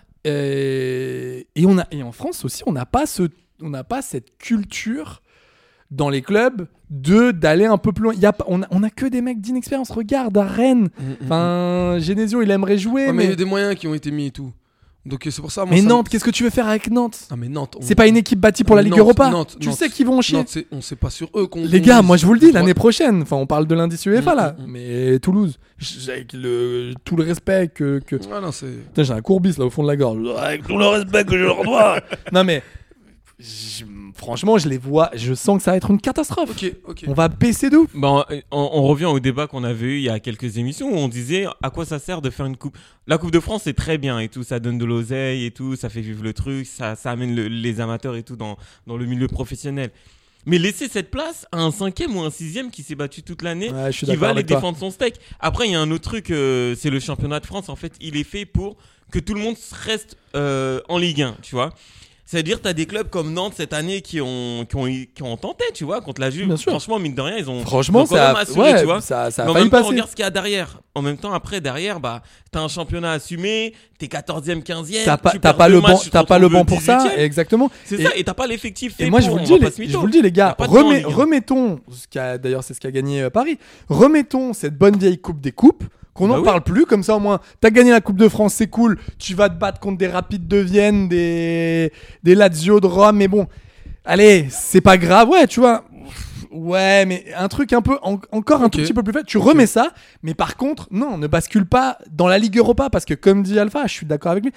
Euh, Et, on a, et en France aussi, on n'a pas, ce, on n'a pas cette culture dans les clubs de d'aller un peu plus loin. Il y a, pas- on, a, on a que des mecs d'inexpérience. Regarde, à Rennes. Enfin, Genesio, il aimerait jouer.
Ouais, mais
mais
il y a des moyens qui ont été mis et tout. Donc c'est pour ça. Moi,
mais
ça
Nantes,
me-
qu'est-ce que tu veux faire avec Nantes?
Ah, mais Nantes. on-
C'est pas une équipe bâtie pour la Ligue
Nantes,
Europa.
Nantes,
tu
Nantes.
sais qu'ils vont en chier.
Nantes, c'est- on sait pas sur eux qu'on.
Les
qu'on
gars,
mise.
moi je vous le dis,
Ouais.
l'année prochaine, enfin on parle de l'indice UEFA
Mm,
là,
mm, mm.
mais Toulouse, j'ai- avec le, tout le respect que... que...
Ouais, non, c'est.
Putain, j'ai un courbis là au fond de la gorge. Avec tout le respect que je leur dois. Non mais, je- franchement, je les vois, je sens que ça va être une catastrophe.
Ok, ok.
On va baisser d'où?
Bon, on, on revient au débat qu'on avait eu il y a quelques émissions où on disait à quoi ça sert de faire une coupe. La Coupe de France, c'est très bien et tout, ça donne de l'oseille et tout, ça fait vivre le truc, ça, ça amène le- les amateurs et tout dans, dans le milieu professionnel. Mais laisser cette place à un cinquième ou un sixième qui s'est battu toute l'année,
Ouais, je suis
qui
d'accord
va aller
avec toi.
défendre son steak. Après, il y a un autre truc, euh, c'est le championnat de France. En fait, il est fait pour que tout le monde reste euh, en Ligue un, tu vois. C'est-à-dire, tu as des clubs comme Nantes cette année qui ont, qui ont, qui ont tenté, tu vois, contre la Juve.
Bien sûr.
Franchement, mine de rien, ils ont,
Franchement,
ils ont quand
ça a-
même assuré,
ouais,
tu vois.
ça- ça a
Mais en
failli
même temps,
passer.
regarde ce qu'il y a derrière. En même temps, après, derrière, bah, t'as un championnat assumé, t'es quatorzième, quinzième.
T'as pas,
tu
t'as
perds
pas
deux
le banc,
matchs, tu te
t'as pas le
retrouves
banc pour ça,
dix-huitième.
exactement.
C'est
Et-
ça, et t'as pas l'effectif fait
Et moi, je
pour,
vous le
on
dis,
va pas
les,
se mytho.
je vous le dis, les
Y
gars,
a pas de banc en
remets-
Ligue un.
remettons, ce qui a- d'ailleurs, c'est ce qui a gagné euh, Paris, remettons cette bonne vieille Coupe des Coupes, qu'on
Bah
n'en
oui.
parle plus, comme ça au moins, t'as gagné la Coupe de France, c'est cool, tu vas te battre contre des Rapides de Vienne, des, des Lazio de Rome, mais bon, allez, c'est pas grave, ouais, tu vois. Ouais, mais un truc un peu, en, encore un
Ok.
tout petit peu plus fait. Tu remets ça, mais par contre, non, ne bascule pas dans la Ligue Europa parce que, comme dit Alpha, je suis d'accord avec lui.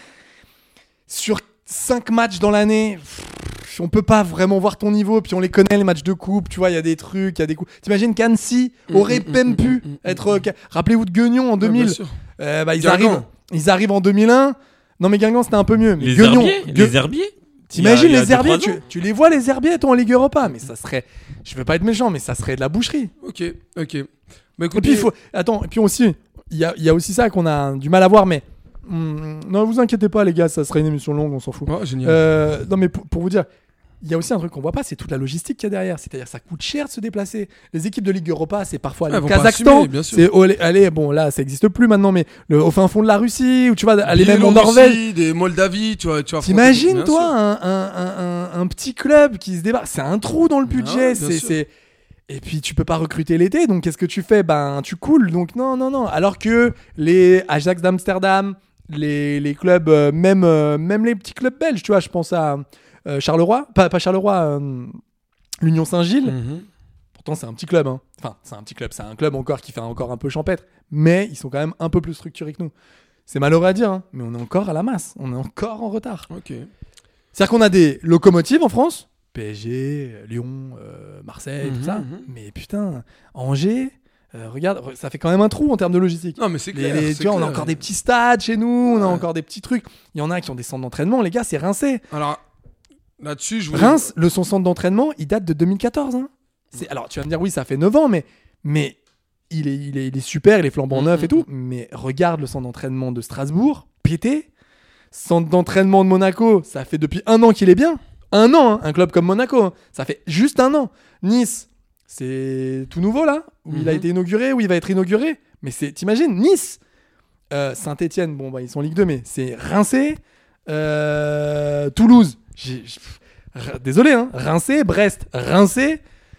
Sur cinq matchs dans l'année, pff, on peut pas vraiment voir ton niveau. Puis on les connaît, les matchs de coupe. Tu vois, il y a des trucs, il y a des coups. T'imagines qu'Annecy
Mm,
aurait
mm,
même
mm,
pu
mm, mm,
être. euh, Rappelez-vous de Guignon en deux mille.
bien sûr.
Euh, bah, ils
Guingamp.
arrivent, ils arrivent en deux mille un. Non, mais Guingamp c'était un peu mieux. Mais
Les
Guignon,
herbiers,
Gue-
les herbiers.
T'imagines
Il y a- il y a
les
deux,
herbiers,
trois
tu,
ans.
tu les vois les herbiers toi en Ligue Europa, mais ça serait, je veux pas être méchant, mais ça serait de la boucherie.
Ok, ok. Bah,
Et puis il faut, attends, et puis aussi, il y a, il y a aussi ça qu'on a du mal à voir, mais hum, non, vous inquiétez pas les gars, ça serait une émission longue, on s'en fout.
Oh, génial.
Euh, non mais pour, pour vous dire, il y a aussi un truc qu'on voit pas, c'est toute la logistique qu'il y a derrière. C'est-à-dire ça coûte cher de se déplacer. Les équipes de Ligue Europa, c'est parfois
Ouais,
le
elles vont pas
Kazakhstan,
assumer, bien sûr.
c'est allez, allez, bon là ça existe plus maintenant, mais le, au fin fond de la Russie, ou tu vas aller même en
Biélorussie,
Norvège.
des Moldavie, tu vois. Tu vois
T'imagines
bien
toi
sûr.
un, un, un, un, un petit club qui se débarque, c'est un trou dans le budget,
Ah ouais, bien
c'est,
sûr.
c'est et puis tu peux pas recruter l'été, donc qu'est-ce que tu fais? Ben tu coules, donc non non non. Alors que les Ajax d'Amsterdam, les, les clubs, euh, même euh, même les petits clubs belges, tu vois, je pense à euh, Charleroi, pas pas Charleroi, euh, l'Union Saint-Gilles.
Mhm.
Pourtant c'est un petit club, hein. Enfin c'est un petit club, c'est un club encore qui fait encore un peu champêtre, mais ils sont quand même un peu plus structurés que nous. C'est malheureux à dire, hein, mais on est encore à la masse, on est encore en retard.
Ok.
C'est-à-dire qu'on a des locomotives en France, P S G, Lyon, euh, Marseille,
Mhm,
tout ça.
mhm.
Mais putain, Angers, euh, regarde, ça fait quand même un trou en termes de logistique.
Non, mais c'est
Les-
clair.
les-
c'est
tu vois, on a
clair.
encore des petits stades chez nous, on a
Ouais.
encore des petits trucs. Il y en a qui ont des centres d'entraînement, les gars, c'est rincé.
Alors, là-dessus, je voulais.
Reims, le son centre d'entraînement, il date de deux mille quatorze. Hein. C'est, alors, tu vas me dire, oui, ça fait neuf ans, mais, mais il, est, il, est, il est super, il est flambant
Mhm.
neuf et tout. Mais regarde le centre d'entraînement de Strasbourg, pété. Centre d'entraînement de Monaco, ça fait depuis un an qu'il est bien. Un an, hein, un club comme Monaco. Hein. Ça fait juste un an. Nice, c'est tout nouveau là, où il a
Mhm.
été inauguré, où il va être inauguré. Mais c'est, t'imagines, Nice, euh, Saint-Etienne, bon, bah, ils sont en Ligue deux, mais c'est rincé. Euh, Toulouse, j'ai, j'ai- r- désolé, hein, rincé. Brest, rincé.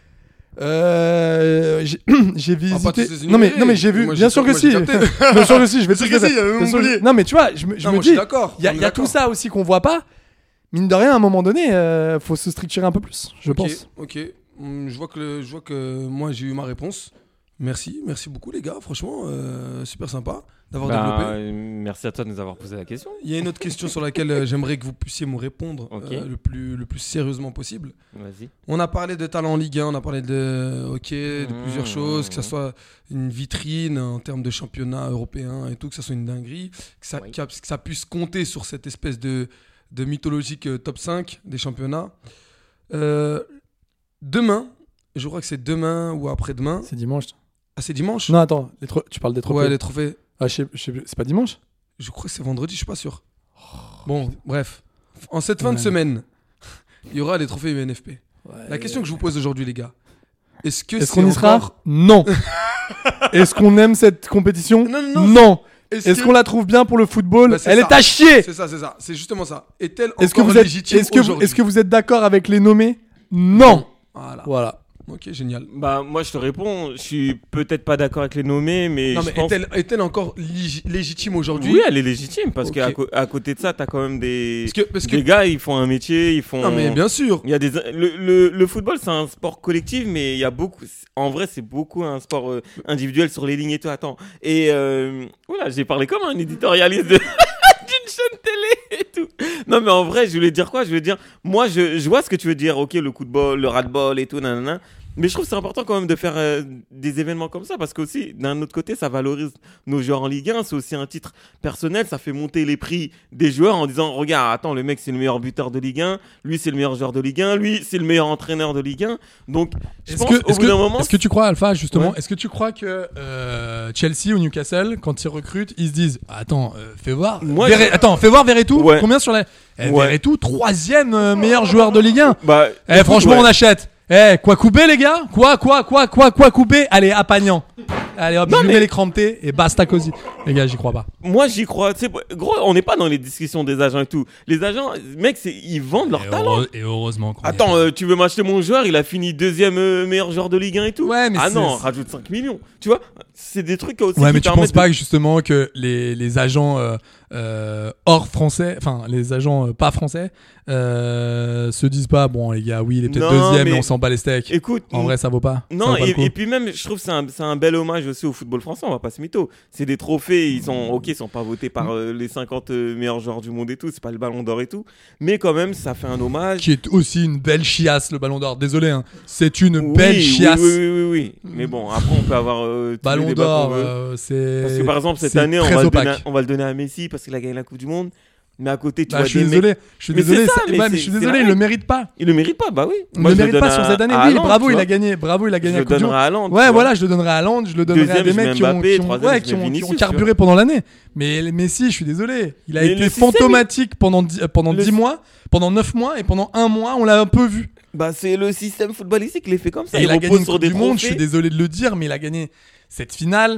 Euh, j'ai, j'ai
On va pas
visité.
tous les
Non mais,
énumérer.
non mais j'ai vu.
Moi,
bien
j'ai-
sûr que
moi,
si.
j'ai capté.
Bien sûr que si. Je vais
Bien sûr
te
que
dire.
si, euh,
Bien sûr que-
Montpellier.
Non mais tu vois, je me, je
Non,
me
moi, je
dis.
suis d'accord.
Il y a,
On est
il y a
d'accord.
tout ça aussi qu'on voit pas. Mine de rien, à un moment donné, euh, faut se structurer un peu plus, je
Ok,
pense.
Ok. Hum, Je vois que le- je vois que moi j'ai eu ma réponse. Merci, merci beaucoup les gars. Franchement, euh, super sympa d'avoir
Bah,
développé.
euh, merci à toi de nous avoir posé la question.
Il y a une autre question sur laquelle euh, j'aimerais que vous puissiez me répondre
Ok.
euh, le plus le plus sérieusement possible.
Vas-y.
On a parlé de talent en Ligue un, on a parlé de hockey, de
Mmh.
plusieurs choses, que ça soit une vitrine en termes de championnat européen et tout, que ça soit une dinguerie, que ça,
Oui.
qu'a- que ça puisse compter sur cette espèce de, de mythologique euh, top cinq des championnats. Euh, demain, je crois que c'est demain ou après-demain.
C'est dimanche.
Ah, c'est dimanche
Non, attends, les tro- tu parles des trophées.
Ouais, les trophées.
Ah, je sais- je sais plus, c'est pas dimanche?
Je crois que c'est vendredi, je suis pas sûr. Bon, bref. En cette fin de
Ouais.
semaine, il y aura les trophées U N F P. La question que je vous pose aujourd'hui, les gars, est-ce que
Est-ce
c'est
qu'on y sera?
encore...
Non. Est-ce qu'on aime cette compétition?
Non, non, non.
Non.
Est-ce
Est-ce
que-
qu'on la trouve bien pour le football?
Bah, c'est
Elle
ça.
est à chier.
C'est ça, c'est ça. C'est justement ça. Est-elle
Est-ce que
encore
vous êtes,
légitime
est-ce que vous,
aujourd'hui
est-ce que vous êtes d'accord avec les nommés? Non.
Voilà.
Voilà.
Ok, génial.
Bah moi je te réponds, je suis peut-être pas d'accord avec les nommés, mais
Non,
je
mais
pense...
est-elle, est-elle encore lég- légitime aujourd'hui?
Oui, elle est légitime parce
Ok.
qu'à co- à côté de ça, t'as quand même des
Parce que- parce que-
des gars, ils font un métier, ils font.
Non, mais bien sûr.
Il y a des le, le, le football, c'est un sport collectif, mais il y a beaucoup. En vrai, c'est beaucoup un sport euh, individuel sur les lignes et tout. Attends. Et euh, oula, j'ai parlé comme un éditorialiste de d'une chaîne télé et tout. Non, mais en vrai, je voulais dire quoi? Je voulais dire, moi, je, je vois ce que tu veux dire. Ok, le coup de bol, le ras de bol et tout, nanana. Mais je trouve que c'est important quand même de faire euh, des événements comme ça parce qu'aussi, d'un autre côté, ça valorise nos joueurs en Ligue un. C'est aussi un titre personnel. Ça fait monter les prix des joueurs en disant, regarde, attends, le mec, c'est le meilleur buteur de Ligue un. Lui, c'est le meilleur joueur de Ligue un. Lui, c'est le meilleur entraîneur de Ligue un. Donc, je
Est-ce
pense
que,
qu'au
est-ce,
bout
que,
d'un moment...
est-ce que tu crois, Alpha, justement,
Ouais.
est-ce que tu crois que euh, Chelsea ou Newcastle, quand ils recrutent, ils se disent attends, euh, fais voir,
Moi,
Verre-
je-
attends, fais voir Verretou,
Ouais.
combien sur la. Eh,
Ouais.
Verretou, troisième euh, meilleur joueur de Ligue un.
Bah,
Eh,
écoute,
franchement,
ouais.
on achète. Eh, quoi couper, les gars? Quoi, quoi, quoi, quoi, quoi couper? Allez, à Pagnan. Allez, hop,
Non,
je lui
mais-
mets les crampés et basta cosy. Les gars, j'y crois pas.
Moi, j'y crois. Tu sais, gros, on n'est pas dans les discussions des agents et tout. Les agents, mec, c'est, ils vendent leur
Et,
talent.
heureux- et heureusement qu'on y est
Attends,
pas.
euh, tu veux m'acheter mon joueur? Il a fini deuxième euh, meilleur joueur de Ligue un et tout.
Ouais, mais
ah
c'est-
non,
c'est-
rajoute cinq millions. Tu vois, c'est des trucs aussi
Ouais,
qui
mais tu
permettent
penses pas
de-
que justement que les, les agents euh, euh, hors français, enfin les agents euh, pas français, euh, se disent pas bon les gars, oui il est peut-être
Non,
deuxième,
mais
mais on s'en bat les steaks.
Écoute,
en vrai ça vaut pas.
Non,
ça vaut pas
et,
le coup.
et puis même, je trouve que c'est un, c'est un bel hommage aussi au football français, on va pas se mytho. C'est des trophées, ils sont, ok, ils sont pas votés par euh, les cinquante meilleurs joueurs du monde et tout, c'est pas le ballon d'or et tout, mais quand même, ça fait un hommage.
Qui est aussi une belle chiasse, le ballon d'or. Désolé, hein. C'est une
Oui,
belle
oui,
chiasse.
Oui, oui, oui, oui. Mais bon, après, on peut avoir euh, tous les
Ballon
débats
d'or,
qu'on veut.
euh, c'est.
Parce que par exemple, cette
c'est
année, on
très
va, le donner
opaque.
à, on va le donner à Messi parce qu'il a gagné la Coupe du Monde. Mais à côté, tu
Bah,
vois
je suis
des
désolé,
mecs-
je suis
Mais
désolé,
c'est ça,
c'est-
mais
ouais, mais
c'est-
je suis
c'est
désolé,
la
il le
règle.
mérite pas.
Il le mérite pas, bah oui.
Il
Moi,
ne
je
mérite
le
pas
donne
sur
à-
cette année.
à
Oui,
Haaland,
bravo,
tu
il
vois.
a gagné. Bravo, il a gagné
Je
la
le
Coupe du
donnerai
Monde.
à Haaland, tu
Ouais,
vois.
voilà, je le donnerai à Haaland, je le donnerai
Deuxième,
à des
je mets
mecs qui ont,
Mbappé,
qui ont-
troisième,
ouais,
je
qui
mets
ont- qui ont
Vinicius,
carburé
tu vois.
pendant l'année. Mais le Messi, je suis désolé. Il a
Mais
été
le système,
fantomatique pendant dix- euh, pendant
le-
dix mois, pendant neuf mois, et pendant un mois, on l'a un peu vu.
Bah, c'est le système footballistique, il est fait comme ça.
Et
il
il a gagné
repose
une
sur
Coupe
des
du Monde, je
trophées.
suis désolé de le dire, mais il a gagné cette finale.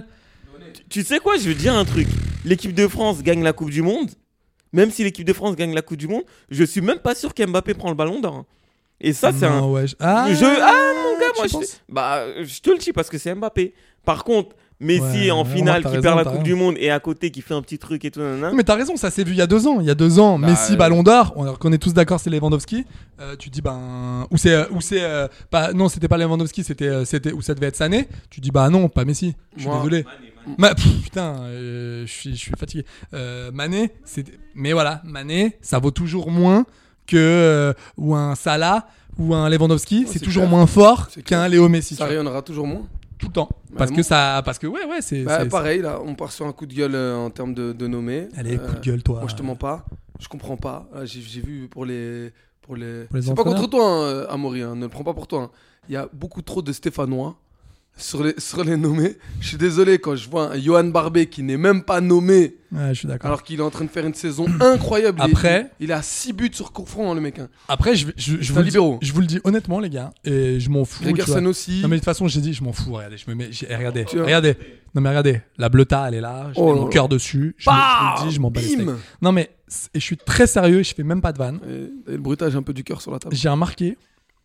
Tu sais quoi, je veux dire un truc. L'équipe de France gagne la Coupe du Monde. Même si l'équipe de France gagne la Coupe du Monde, je suis même pas sûr qu'Mbappé prend le ballon d'or. hein. Et ça, c'est un.
Non, ouais, je- Ah,
je... ah mon gars,
tu
moi, je...
penses
Bah, je te le dis parce que c'est Mbappé. Par contre, Messi
Ouais,
en
ouais,
finale
t'as
qui
raison,
perd la
t'as
Coupe
raison.
du Monde et à côté qui fait un petit truc et tout. Nanana.
Mais t'as raison, ça s'est vu il y a deux ans. Il y a deux ans,
Bah,
Messi,
euh,
Ballon d'Or. On, on est tous d'accord, c'est Lewandowski. Euh, tu dis ben ou c'est euh, ou c'est euh, pas non, c'était pas Lewandowski, c'était euh, c'était ou ça devait être Sané. Tu dis bah non, pas Messi. Je suis
Moi-
désolé. Ma- pff, putain, euh, je suis je suis fatigué. Euh, Mané, c'est mais voilà, Mané, ça vaut toujours moins que euh, ou un Salah ou un Lewandowski. c'est
c'est
toujours
clair.
moins fort
C'est
qu'un
clair.
Léo Messi.
Ça
tu vois.
rayonnera toujours moins.
Tout le temps.
Bah,
Parce que
moi-
ça parce que ouais ouais c'est
Bah,
c'est-
pareil, là, on part sur un coup de gueule euh, en termes de, de nommés.
Allez, coup de gueule, toi.
Moi, je te mens pas. Je comprends pas. Là, J'ai j'ai vu pour les. Pour les...
Pour les
C'est pas
entraîneurs.
contre toi, hein, Amaury. hein, Ne le prends pas pour toi. hein. Il y a beaucoup trop de Stéphanois sur les, sur les nommés. Je suis désolé quand je vois un Johan Barbet qui n'est même pas nommé.
Ouais, je suis d'accord.
Alors qu'il est en train de faire une saison incroyable. Il est-
Après-
il, il a six buts sur coup franc, hein, le mec. hein.
Après, je, je, je,
C'est
vous
un
le dis,
libéraux.
je vous le dis honnêtement, les gars, et je m'en fous. tu
Gregersen
vois.
aussi.
Non, mais de toute façon, j'ai dit, je m'en fous. Regardez, je me mets. j'ai- eh, regardez,
Tu vois.
regardez. Non, mais regardez, la Bleuta, elle est là. Je
Oh
mets
là
mon
là.
cœur dessus. Je, me- je vous le dis, je m'en bats les steaks.
Bim.
Non, mais c- et je suis très sérieux, je fais même pas de vanne.
Et, et le bruitage un peu du cœur sur la table.
J'ai remarqué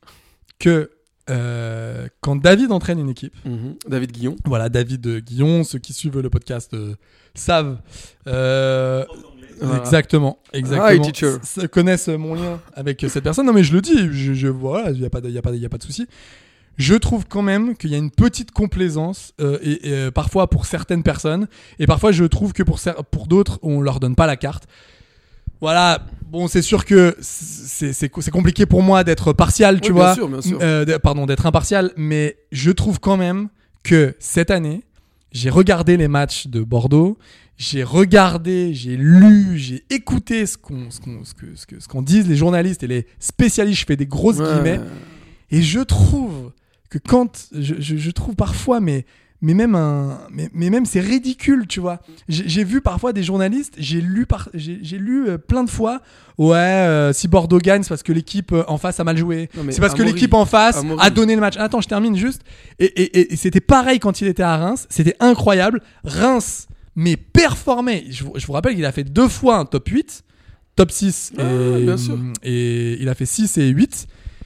que euh, quand David entraîne une équipe,
Mhm. David Guillon.
voilà, David euh, Guillon, ceux qui suivent le podcast euh, savent. euh,
Voilà.
Exactement, exactement.
Hi, teacher.
S- s- connaissent mon lien avec cette personne. Non, mais je le dis, je, je voilà, il y a pas, de- il y a pas, de- il y a pas de souci. Je trouve quand même qu'il y a une petite complaisance euh, et, et, euh, parfois pour certaines personnes et parfois je trouve que pour cer- pour d'autres on leur donne pas la carte. Voilà, bon, c'est sûr que c'est c'est c'est compliqué pour moi d'être partial, tu
Oui, bien
vois.
sûr, bien sûr.
Euh, de- pardon, d'être impartial, mais je trouve quand même que cette année, j'ai regardé les matchs de Bordeaux, j'ai regardé, j'ai lu, j'ai écouté ce qu'on ce qu'on ce que ce que ce qu'on disent les journalistes et les spécialistes, je fais des grosses
Ouais.
guillemets, et je trouve que quand je, je, je trouve parfois mais mais même un mais, mais même c'est ridicule, tu vois. J'ai j'ai vu parfois des journalistes, j'ai lu par j'ai j'ai lu euh, plein de fois ouais euh, si Bordeaux gagne c'est parce que l'équipe euh, en face a mal joué.
Non, mais
C'est parce que
Amaury,
l'équipe en face
Amaury.
a donné le match. Attends, je termine juste. Et, et, et, et c'était pareil quand il était à Reims, c'était incroyable. Reims mais performait. Je, vous- je vous rappelle qu'il a fait deux fois un top huit, top six
Ah,
et,
bien sûr.
et il a fait six et huit.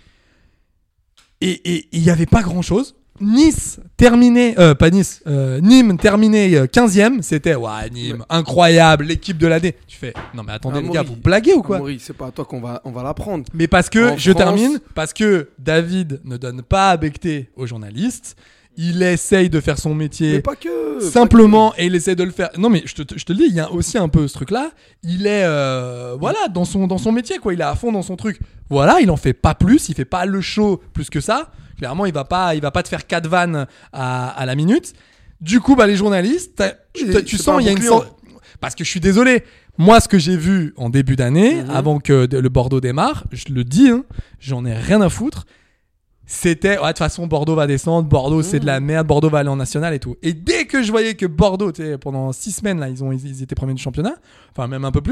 Et il n'y avait pas grand chose. Nice terminé, euh, pas Nice, euh, Nîmes terminé euh, quinzième. C'était ouais, Nîmes, incroyable, l'équipe de l'année. Tu fais non, mais attendez, les
Amaury,
gars, vous blaguez ou quoi?
Amaury, c'est pas à toi qu'on va, on va l'apprendre.
Mais parce que,
En
je
France-
termine, parce que David ne donne pas à becter aux journalistes. Il essaye de faire son métier
Mais pas que.
simplement et il essaie de le faire. Non, mais je te, je te le dis, il y a aussi un peu ce truc-là. Il est, euh, voilà, dans son, dans son métier, quoi. Il est à fond dans son truc. Voilà, il en fait pas plus. Il fait pas le show plus que ça. Clairement, il va pas, il va pas te faire quatre vannes à, à la minute. Du coup, bah, les journalistes, t'as- tu, t'as- tu
c'est
sens,
pas un
il y a
bon
une
client.
sorte. Parce que je suis désolé. Moi, ce que j'ai vu en début d'année,
Mhm.
avant que de- le Bordeaux démarre, je le dis, hein, j'en ai rien à foutre. C'était, ouais, de toute façon, Bordeaux va descendre, Bordeaux c'est de la merde, Bordeaux va aller en national et tout. Et dès que je voyais que Bordeaux, tu sais, pendant six semaines, là, ils, ont, ils étaient premiers du championnat, enfin même un peu plus,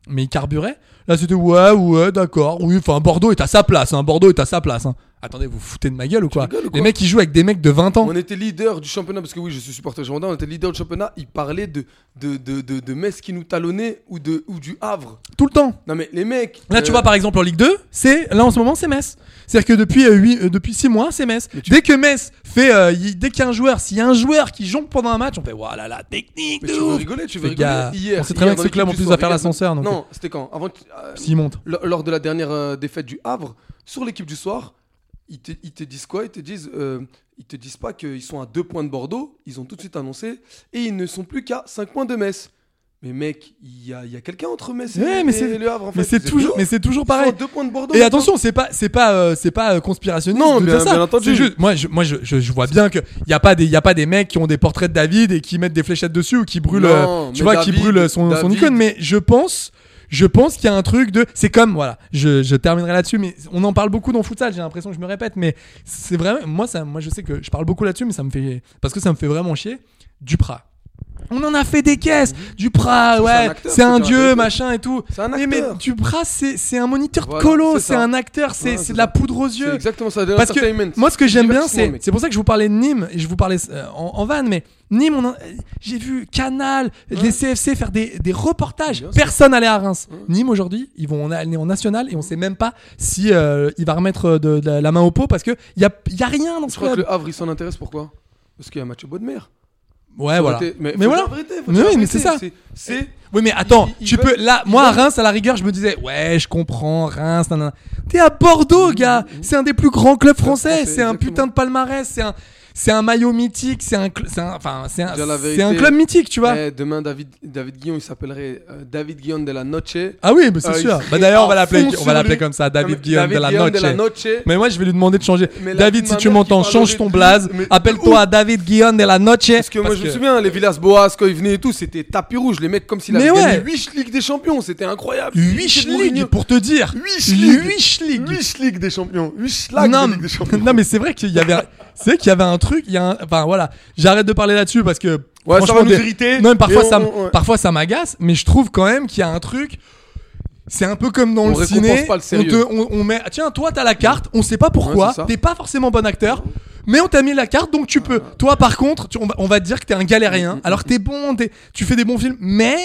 mais il carburait. Là, c'était ouais, ouais, d'accord, oui. Enfin, Bordeaux est à sa place. Hein, Bordeaux est à sa place. Hein. Attendez, vous vous foutez de ma gueule ou quoi,
rigoles ou quoi?
Les mecs, ils jouent avec des mecs de vingt ans.
On était leader du championnat, parce que oui, je suis supporter girondin, on était leader du championnat, ils parlaient de, de, de, de, de Metz qui nous talonnait ou, de, ou du Havre.
Tout le temps.
Non mais les mecs...
Là,
euh...
tu vois, par exemple, en Ligue deux, c'est, là, en ce moment, c'est Metz. C'est-à-dire que depuis, euh, huit, euh, depuis six mois, c'est Metz. Tu... Dès que Metz fait... Euh, y, dès qu'il y a un joueur, s'il y a un joueur qui jonque pendant un match, on fait, voilà, la technique
mais
de
tu
ouf.
veux rigoler, tu veux
rigoler.
Gars, hier,
on sait très bien que ce club, en plus, va faire l'ascenseur. Donc...
Non, c'était quand avant, euh,
S'il monte.
Lors de la dernière euh, défaite du Havre, sur l'équipe du soir, ils te, ils te disent quoi? Ils te disent, euh, ils te disent pas qu'ils sont à deux points de Bordeaux. Ils ont tout de suite annoncé et ils ne sont plus qu'à cinq points de Metz. Mais mec, il y a, y a quelqu'un entre Metz et,
ouais, mais
et, et le Havre. En fait.
Mais c'est toujours, mais c'est toujours pareil.
Deux points de Bordeaux.
Et attention, c'est pas, c'est pas, euh, c'est pas euh, conspirationniste.
Non,
de
bien,
dire ça.
bien entendu.
C'est juste, moi, je, moi, je, je, je vois bien que y a pas des, y a pas des mecs qui ont des portraits de David et qui mettent des fléchettes dessus ou qui brûlent,
non,
euh, tu vois,
David,
qui brûlent son, son icône. Mais je pense. Je pense qu'il y a un truc de... C'est comme, voilà, je, je terminerai là-dessus, mais on en parle beaucoup dans Futsal, j'ai l'impression que je me répète, mais c'est vraiment... Moi, ça, moi je sais que je parle beaucoup là-dessus, mais ça me fait... Parce que ça me fait vraiment chier. Duprat. On en a fait des caisses. Mmh. Duprat, ouais, c'est un, un dieu, machin et tout.
C'est un acteur.
Mais, mais Duprat, c'est, c'est un moniteur
voilà,
de colo,
c'est,
c'est un acteur, c'est,
voilà,
c'est,
c'est
de la poudre aux yeux.
C'est exactement ça.
Parce que moi, ce que j'aime bien, c'est... Mec. C'est pour ça que je vous parlais de Nîmes, et je vous parlais euh, en, en vanne, mais Nîmes, on en, j'ai vu Canal, ouais. les C F C faire des, des reportages. Bien Personne allait à Reims. Ouais. Nîmes, aujourd'hui, ils vont aller en national, et on sait même pas si euh, il va remettre de, de la main au pot, parce qu'il y a, y a rien dans ce
Je crois
club.
que le Havre, il s'en intéresse, pourquoi? Parce qu'il y a Mathieu Bodmer.
Ouais, voilà.
Été, mais
mais voilà.
Arrêter,
mais oui, mais c'est ça.
C'est, c'est...
Oui, mais attends,
il, il
tu
veut,
peux. Là, moi,
veut...
à Reims, à la rigueur, je me disais, ouais, je comprends, Reims, nanana. T'es à Bordeaux, gars. Mmh, mmh. C'est un des plus grands clubs français. français c'est exactement. Un putain de palmarès. C'est un. C'est un maillot mythique, c'est un, c'est un, enfin, c'est un, vérité, c'est un club mythique, tu vois.
Eh, demain, David, David Guillon, il s'appellerait euh, David Guillon de la Noche.
Ah oui, mais c'est euh, sûr. Bah d'ailleurs, on va l'appeler, on va l'appeler comme ça, David Guillon de la Noche. de la Noche. Mais moi, je vais lui demander de changer. Mais David, si tu m'entends, change ton blaze. Appelle-toi David Guillon de la Noche.
Parce que moi, je me souviens, les Villas-Boas, quand ils venaient et tout, c'était tapis rouge. Les mecs, comme s'ils avaient gagné huit Ligues des Champions, c'était incroyable.
huit Ligues, pour te dire.
huit Ligues. huit Ligues des Champions. huit Schlags de Ligue des Champions.
Non, mais c'est vrai qu'il y avait. C'est vrai qu'il y avait un truc, il y a un... Enfin voilà, j'arrête de parler là-dessus parce que...
Ouais, ça va nous irriter.
Non, mais parfois,
on,
ça,
on, ouais.
parfois ça m'agace, mais je trouve quand même qu'il y a un truc... C'est un peu comme dans
on
le ciné,
pas le
on, te, on, on met... Tiens, toi t'as la carte, on sait pas pourquoi,
ouais,
t'es pas forcément bon acteur, mais on t'a mis la carte, donc tu peux. Toi par contre, tu, on, va, on va te dire que t'es un galérien, alors que t'es bon, t'es, tu fais des bons films, mais...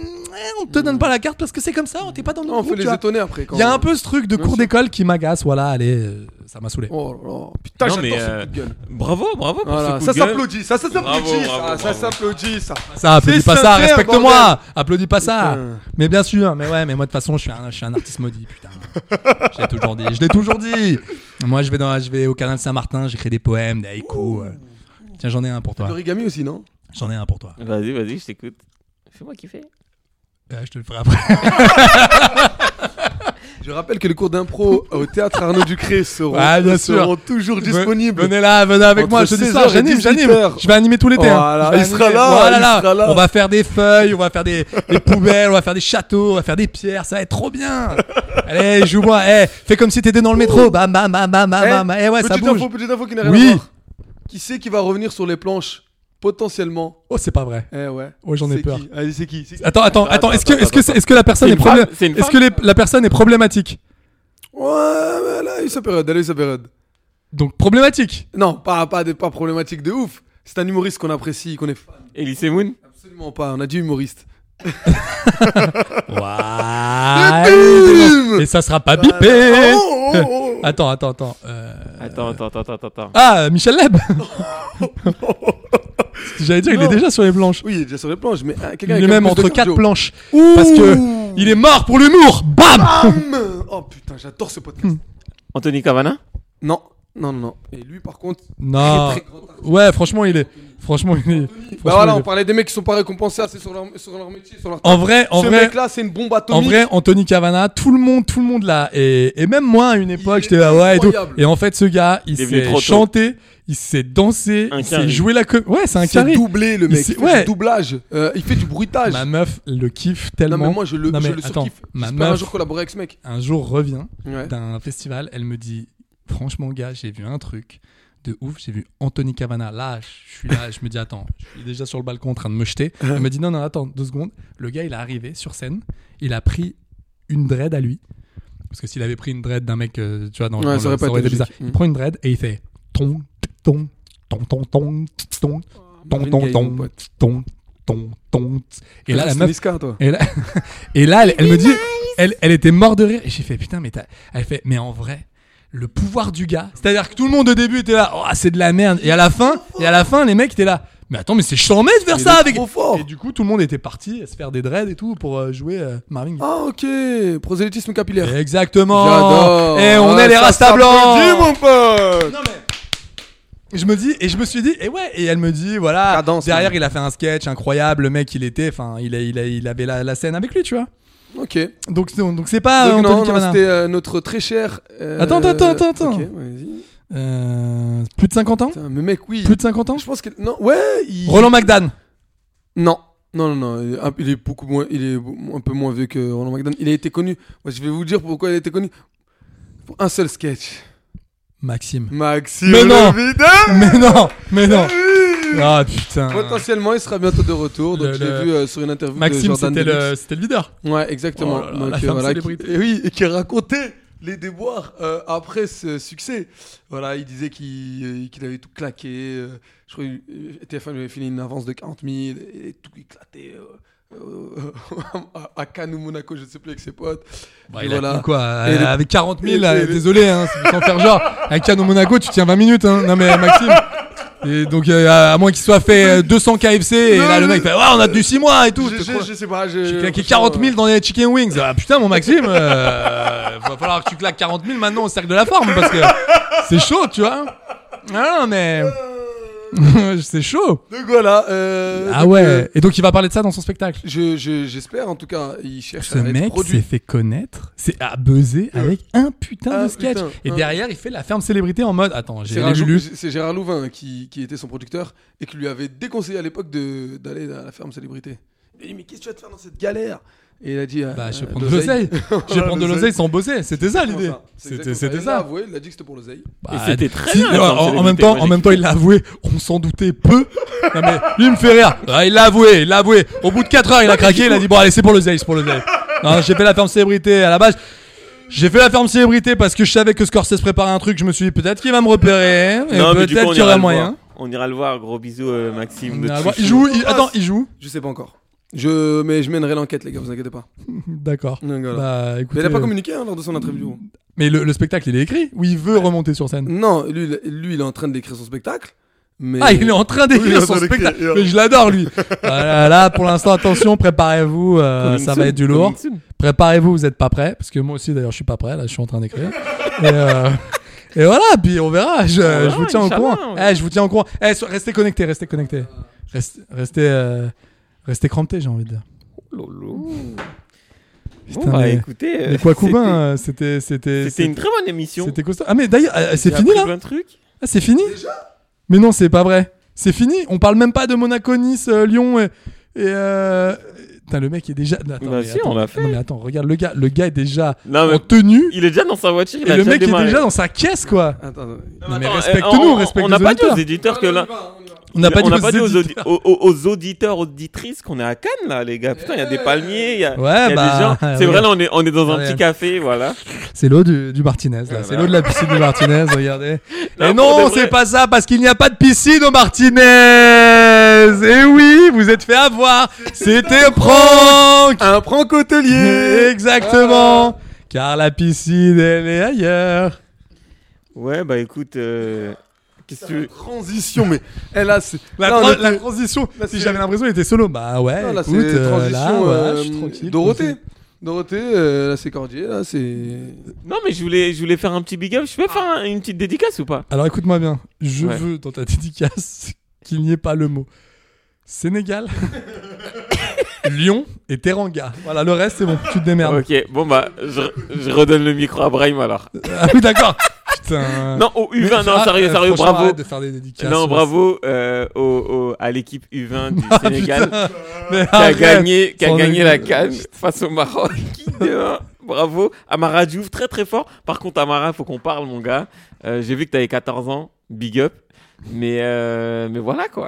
on te donne pas la carte parce que c'est comme ça, t'es pas dans notre
non,
groupe.
On fait les étonner après.
Il y a un peu ce truc de cours d'école qui m'agace, voilà, allez, euh, ça m'a saoulé.
Oh là là, putain,
non,
j'adore
mais
ce
euh,
coup de gueule.
Bravo, bravo pour
voilà,
ce coup
ça
de gueule.
s'applaudit, ça, ça s'applaudit,
bravo,
ça,
bravo,
ça
bravo.
s'applaudit, ça.
Ça, applaudis pas ça,
sincère,
respecte-moi,
bordel.
applaudis pas ça.
Putain.
Mais bien sûr, mais ouais, mais moi de toute façon, je suis un, je suis un artiste maudit, putain. Je l'ai toujours dit, je l'ai toujours dit. Moi, je vais dans, je vais au canal de Saint-Martin, j'écris des poèmes, des haïkus. Euh. Tiens, j'en ai un pour toi.
L'origami aussi, non?
J'en ai un pour toi.
Vas-y, vas-y, je t'écoute. Fais-moi kiffer.
Ouais, je te le ferai après.
Je rappelle que les cours d'impro au théâtre Arnaud Ducré seront,
ouais, bien
seront
sûr.
toujours disponibles.
Venez là, venez avec moi, je te dis ça, j'anime, j'anime. Je vais animer tout l'été.
Voilà,
hein.
il sera là,
voilà,
il
là.
sera là.
On va faire des feuilles, on va faire des, des poubelles, on va faire des châteaux, on va faire des pierres, ça va être trop bien. Allez, joue-moi, eh, fais comme si t'étais dans le métro, bam, bam, bam, bam, bam, bam. Eh ouais, ça bouge.
Info, petite info qui n'a rien
oui.
à voir. Qui c'est qui va revenir sur les planches? Potentiellement.
Oh, c'est pas vrai.
Eh ouais.
Ouais, j'en ai
c'est
peur.
Qui Allez, c'est qui, c'est qui
Attends, attends, attends. Est-ce que,
attends,
est-ce que,
attends.
est-ce que la personne
C'est
est,
une
problé-
femme C'est une
Est-ce que les- la personne est problématique?
Ouais, mais elle a eu sa période, elle a eu sa période.
Donc problématique.
Non, pas, pas, pas problématique de ouf. C'est un humoriste qu'on apprécie, qu'on est fan.
Elise Moon?
Absolument pas, on a dit humoriste.
Ouais. Et ça sera pas bipé.
Oh, oh, oh.
Attends, attends, attends. Euh...
Attends, attends, attends, attends, attends.
Ah, Michel Leb. J'allais dire, non. Il est déjà sur les planches.
Oui, il est déjà sur les planches, mais euh,
quelqu'un il est même entre quatre planches.
Ouh.
Parce que il est mort pour l'humour. Bam,
Bam. Oh putain, j'adore ce podcast.
Anthony Cavana?
Non, non, non, non. Et lui, par contre,
non. Très, très grand ouais, franchement, il est. Franchement, il est. Franchement,
bah voilà,
il est...
on parlait des mecs qui sont pas récompensés assez sur leur, sur leur métier, sur leur.
En vrai, en
ce
vrai.
Ce mec-là, c'est une bombe atomique.
En vrai, Anthony Cavana, tout le monde, tout le monde là. Et, et même moi, à une époque, j'étais là, ouais, et tout. Et en fait, ce gars, il, il s'est chanté. Il s'est dansé,
un
il s'est joué la com... Ouais, c'est un carré.
Il s'est doublé le mec, il, il fait
ouais.
du doublage, euh, il fait du bruitage.
Ma meuf le kiffe tellement.
Non mais moi je le,
non,
je
mais
le
attends,
surkiffe.
Ma
J'espère
meuf,
un jour collaborer avec ce mec.
Un jour revient
ouais.
d'un festival, elle me dit, franchement gars, j'ai vu un truc de ouf. J'ai vu Anthony Cavana. Là, je suis là, je me dis attends, je suis déjà sur le balcon en train de me jeter. Il me dit non non attends deux secondes. Le gars il est arrivé sur scène, il a pris une dread à lui. Parce que s'il avait pris une dread d'un mec, euh, tu vois, dans,
ouais,
dans
ça
le,
aurait pas
ça aurait
été
été bizarre.
logique.
Il prend une dread et il fait ton ton ton ton ton ton ton ton ton ton ton ton. Et là la meuf,
Niska, toi.
et là, et là elle, elle me dit, elle, elle était morte de rire. Et j'ai fait putain mais t'as, elle fait mais en vrai. Le pouvoir du gars, c'est-à-dire que tout le monde au début était là, oh c'est de la merde, et à la fin, et à la fin les mecs étaient là, mais attends mais c'est chiant de faire ça avec.
Trop fort.
Et du coup tout le monde était parti à se faire des dreads et tout pour euh, jouer euh, Marvin Gaye.
Ah ok, prosélytisme capillaire.
Exactement.
J'adore.
Et on
ah,
est les Rasta blancs.
mon pote.
Non mais. Je me dis et je me suis dit et ouais et elle me dit voilà
Cadence,
derrière
ouais.
il a fait un sketch incroyable, le mec il était enfin il a, il a, il avait la, la scène avec lui tu vois.
Ok.
Donc donc c'est pas
Donc,
euh,
non,
Anthony
non,
Cavana.
c'était euh, notre très cher. Euh...
Attends attends attends attends.
Ok, vas-y.
Euh, plus de cinquante ans.
Putain, mais mec oui.
Plus de cinquante ans.
Je pense que non ouais. Il...
Roland McDan.
Non. Non, non, non, il est, un, il est beaucoup moins, il est un peu moins vieux que Roland McDan. Il a été connu. Moi, je vais vous dire pourquoi il a été connu. Pour un seul sketch.
Maxime.
Maxime.
Mais non.
Vidal.
Mais non. Mais non. Ah putain.
Potentiellement, il sera bientôt de retour. Donc,
Le-
je l'ai
le-
vu euh, sur une interview
Maxime,
de Jordan
c'était le,
Deluxe.
c'était le leader.
Ouais, exactement.
Oh là là,
donc,
la
euh,
femme
voilà,
célébrité.
qui, et oui, et qui racontait les déboires euh, après ce succès. Voilà, il disait qu'il euh, qu'il avait tout claqué. euh, je crois que T F un lui avait filé une avance de quarante mille et tout éclaté. Euh, euh, à- à Cannes ou Monaco, je ne sais plus, avec ses potes.
Bah,
Et
il a
voilà.
dit quoi euh,
Et le-
avec quarante mille,
et-
là,
et le-
désolé, hein, c'est sans faire genre. Avec Cano Monaco, tu tiens vingt minutes. Hein. Non, mais Maxime. Et donc, euh, à moins qu'il soit fait euh, deux cents K F C, et
Non,
là, le
mais-
mec fait ouais, on a tenu six mois et tout.
Je,
c'est
je,
trop-
je sais pas. je-
J'ai claqué
franchement,
quarante mille dans les chicken wings. Ah putain, mon Maxime, euh, va falloir que tu claques quarante mille maintenant au cercle de la forme parce que c'est chaud, tu vois. Ah non, mais. c'est chaud.
Donc voilà. euh,
Ah
donc,
ouais.
euh,
Et donc, il va parler de ça dans son spectacle.
je, je, j'espère, en tout cas, il cherche
Ce
à être
mec
produit.
s'est fait connaître, c'est à buzzer avec un putain
Un
de sketch.
putain,
et
un-
derrière, il fait la ferme célébrité en mode attends, j'ai
C'est Gérard,
lu.
c'est Gérard Louvain qui, qui était son producteur et qui lui avait déconseillé à l'époque de, d'aller à la ferme célébrité. Il a dit mais qu'est-ce que tu vas te faire dans cette galère? Et il a dit
Bah, je vais
euh,
prendre de l'oseille. Je vais prendre de l'oseille sans bosser. C'était ça
Exactement
l'idée.
ça. C'est
C'était,
exactement
c'était
Il l'a
ça.
avoué, il a dit que c'était pour l'oseille.
Bah,
Et c'était très
si,
bien, la
en,
ferme
en- en
célébrité,
même temps,
moi,
en
j'ai
même temps, il l'a avoué. On s'en doutait peu. Non mais lui il me fait rire. Ah, il l'a avoué, il l'a avoué. Au bout de quatre heures, il a craqué. Il a dit bon allez, c'est pour l'oseille, c'est pour l'oseille. Non, j'ai fait la ferme célébrité à la base. J'ai fait la ferme célébrité parce que je savais que Scorsese préparait un truc. Je me suis dit peut-être qu'il va me repérer et
Non, mais du coup,
peut-être
on
qu'il y
ira
aura
le
moyen.
voir. On ira le voir. Gros bisous, euh, Maxime.
On ira
notre
le voir. Il
chouchou.
joue. il- Attends, il joue.
Je sais pas encore. Je, mais je mènerai l'enquête, les gars, vous inquiétez pas.
D'accord.
Donc, voilà.
Bah, écoutez,
Mais il a pas
euh,
communiqué hein, lors de son interview.
Mais le, le spectacle, il est écrit ou il veut remonter sur scène?
Non, lui, il- lui, il est en train d'écrire son spectacle. Mais...
Ah, il est en train
Oui, il est
d'écrire
en
son
train d'écrire,
spectacle.
yeah.
Mais je l'adore, lui. Voilà, là, pour l'instant, attention, préparez-vous. euh,
Coming
ça
soon,
va être du lourd.
coming soon.
Préparez-vous, vous n'êtes pas prêts. Parce que moi aussi, d'ailleurs, je suis pas prêt. Là, je suis en train d'écrire. et, euh, et voilà, puis on verra. Je,
verra,
je vous tiens au
Inch'Allah,
courant.
on verra.
Eh, je vous tiens au courant. Eh, so- restez connectés, restez connectés. Restez, restez, euh, restez crampés, j'ai envie de dire.
Lolo.
Putain,
Bon, bah
mais-
écoutez. euh,
Mais quoi,
c'était-
Coubin, euh, c'était, c'était,
C'était une très bonne émission.
C'était costaud. Ah, mais d'ailleurs, euh, c'est
J'ai
fini
appris
là?
plein de trucs.
Ah, c'est fini? Mais non, c'est pas vrai. C'est fini. On parle même pas de Monaco, Nice, euh, Lyon et. et euh... Putain, le mec est déjà. Attends,
Bah
mais
si,
attends.
on l'a fait.
Non, mais attends, regarde le gars. Le gars est déjà
Non, mais
en tenue.
il est déjà dans sa voiture. Il
Et
a
le
déjà
mec est
démarré.
déjà dans sa caisse, quoi.
Attends, attends.
Non, mais
Attends,
respecte-nous,
euh, on-
respecte
On n'a
les
pas dit
auditeurs.
aux éditeurs que là.
On n'a pas dit
on n'a
aux
pas dit aux, audi-
éditeurs.
aux- aux- aux auditeurs, auditrices qu'on est à Cannes là, les gars. Putain, il y a des palmiers, il y a,
Ouais,
il y a
bah,
des gens. C'est
regarde.
vrai, là, on est, on est dans un
Regarde.
petit café, voilà.
C'est l'eau du, du Martinez, là. C'est l'eau de la piscine du Martinez, regardez.
Non,
Et
pour
non,
de vrai.
c'est pas ça, parce qu'il n'y a pas de piscine au Martinez. Et oui, vous êtes fait avoir. C'était un prank.
Un prank hôtelier.
Exactement. Car la piscine, elle est ailleurs.
Ouais, bah écoute, euh, qu'est-ce que tu veux?
Transition, mais elle a. c'est-
La,
Là, on
tra-
était-
la transition,
là,
si
c'est-
j'avais l'impression qu'il était solo, bah ouais,
Non, là,
écoute,
c'est
euh,
transition.
là, voilà,
euh,
je suis tranquille.
Dorothée. Dorothée, euh, là, c'est Cordier, là, c'est.
Non, mais je voulais, je voulais faire un petit big up. Je peux faire un- une petite dédicace ou pas?
Alors écoute-moi bien, je
Ouais.
veux dans ta dédicace qu'il n'y ait pas le mot Sénégal, Lyon et Teranga. Voilà, le reste c'est bon, tu te démerdes.
Ok, bon bah, je, je redonne le micro à Brahim alors.
Ah oui, d'accord. Putain.
Non, au U vingt,
Mais-
non,
ah,
sérieux,
euh,
sérieux,
franchement,
bravo.
arrête de faire des dédicaces.
Non,
sur-
bravo euh, au, au- à l'équipe U vingt du
Ah,
Sénégal
putain. Mais
qui a
arrête.
gagné, qui a
Sans
gagné
déconner.
la CAN face au Maroc. Bravo. Amara Diouf, très très fort. Par contre, Amara, faut qu'on parle, mon gars. Euh, J'ai vu que t'avais quatorze ans. big up. Mais, euh, mais voilà quoi.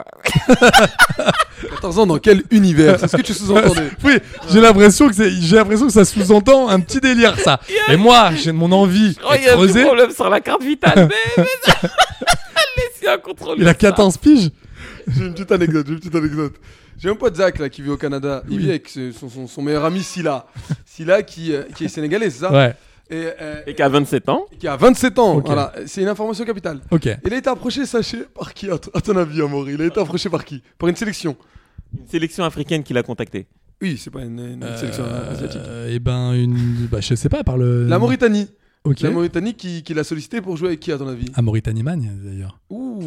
quatorze ans dans quel univers? C'est ce que tu sous-entendais?
Oui, j'ai l'impression que c'est, j'ai l'impression que ça sous-entend un petit délire ça. Yeah. Et moi, j'ai mon envie.
Oh, il y a un problème sur la carte vitale. mais, mais ça... Laissez un contrôle.
Il a quatorze piges.
J'ai une petite anecdote. J'ai une petite anecdote. J'ai un pote Zach là qui vit au Canada. Il oui. vit avec son, son, son meilleur ami Silla. Silla qui, euh, qui est sénégalais, c'est ça?
Ouais.
Et, euh,
et qui a vingt-sept ans.
Qui a vingt-sept ans,
okay.
Voilà. C'est une information capitale.
Ok.
Il a été approché, sachez, par qui à, t- à ton avis, Amaury? Il a été approché par qui? Par une sélection.
Une sélection africaine qui l'a contacté.
Oui, c'est pas une, une euh, sélection asiatique.
Euh, et ben, une. Bah, je sais pas, par le.
La Mauritanie.
Ok.
La Mauritanie qui, qui l'a sollicité pour jouer avec qui, à ton avis?
À Mauritanie-Magne, d'ailleurs.
Ouh.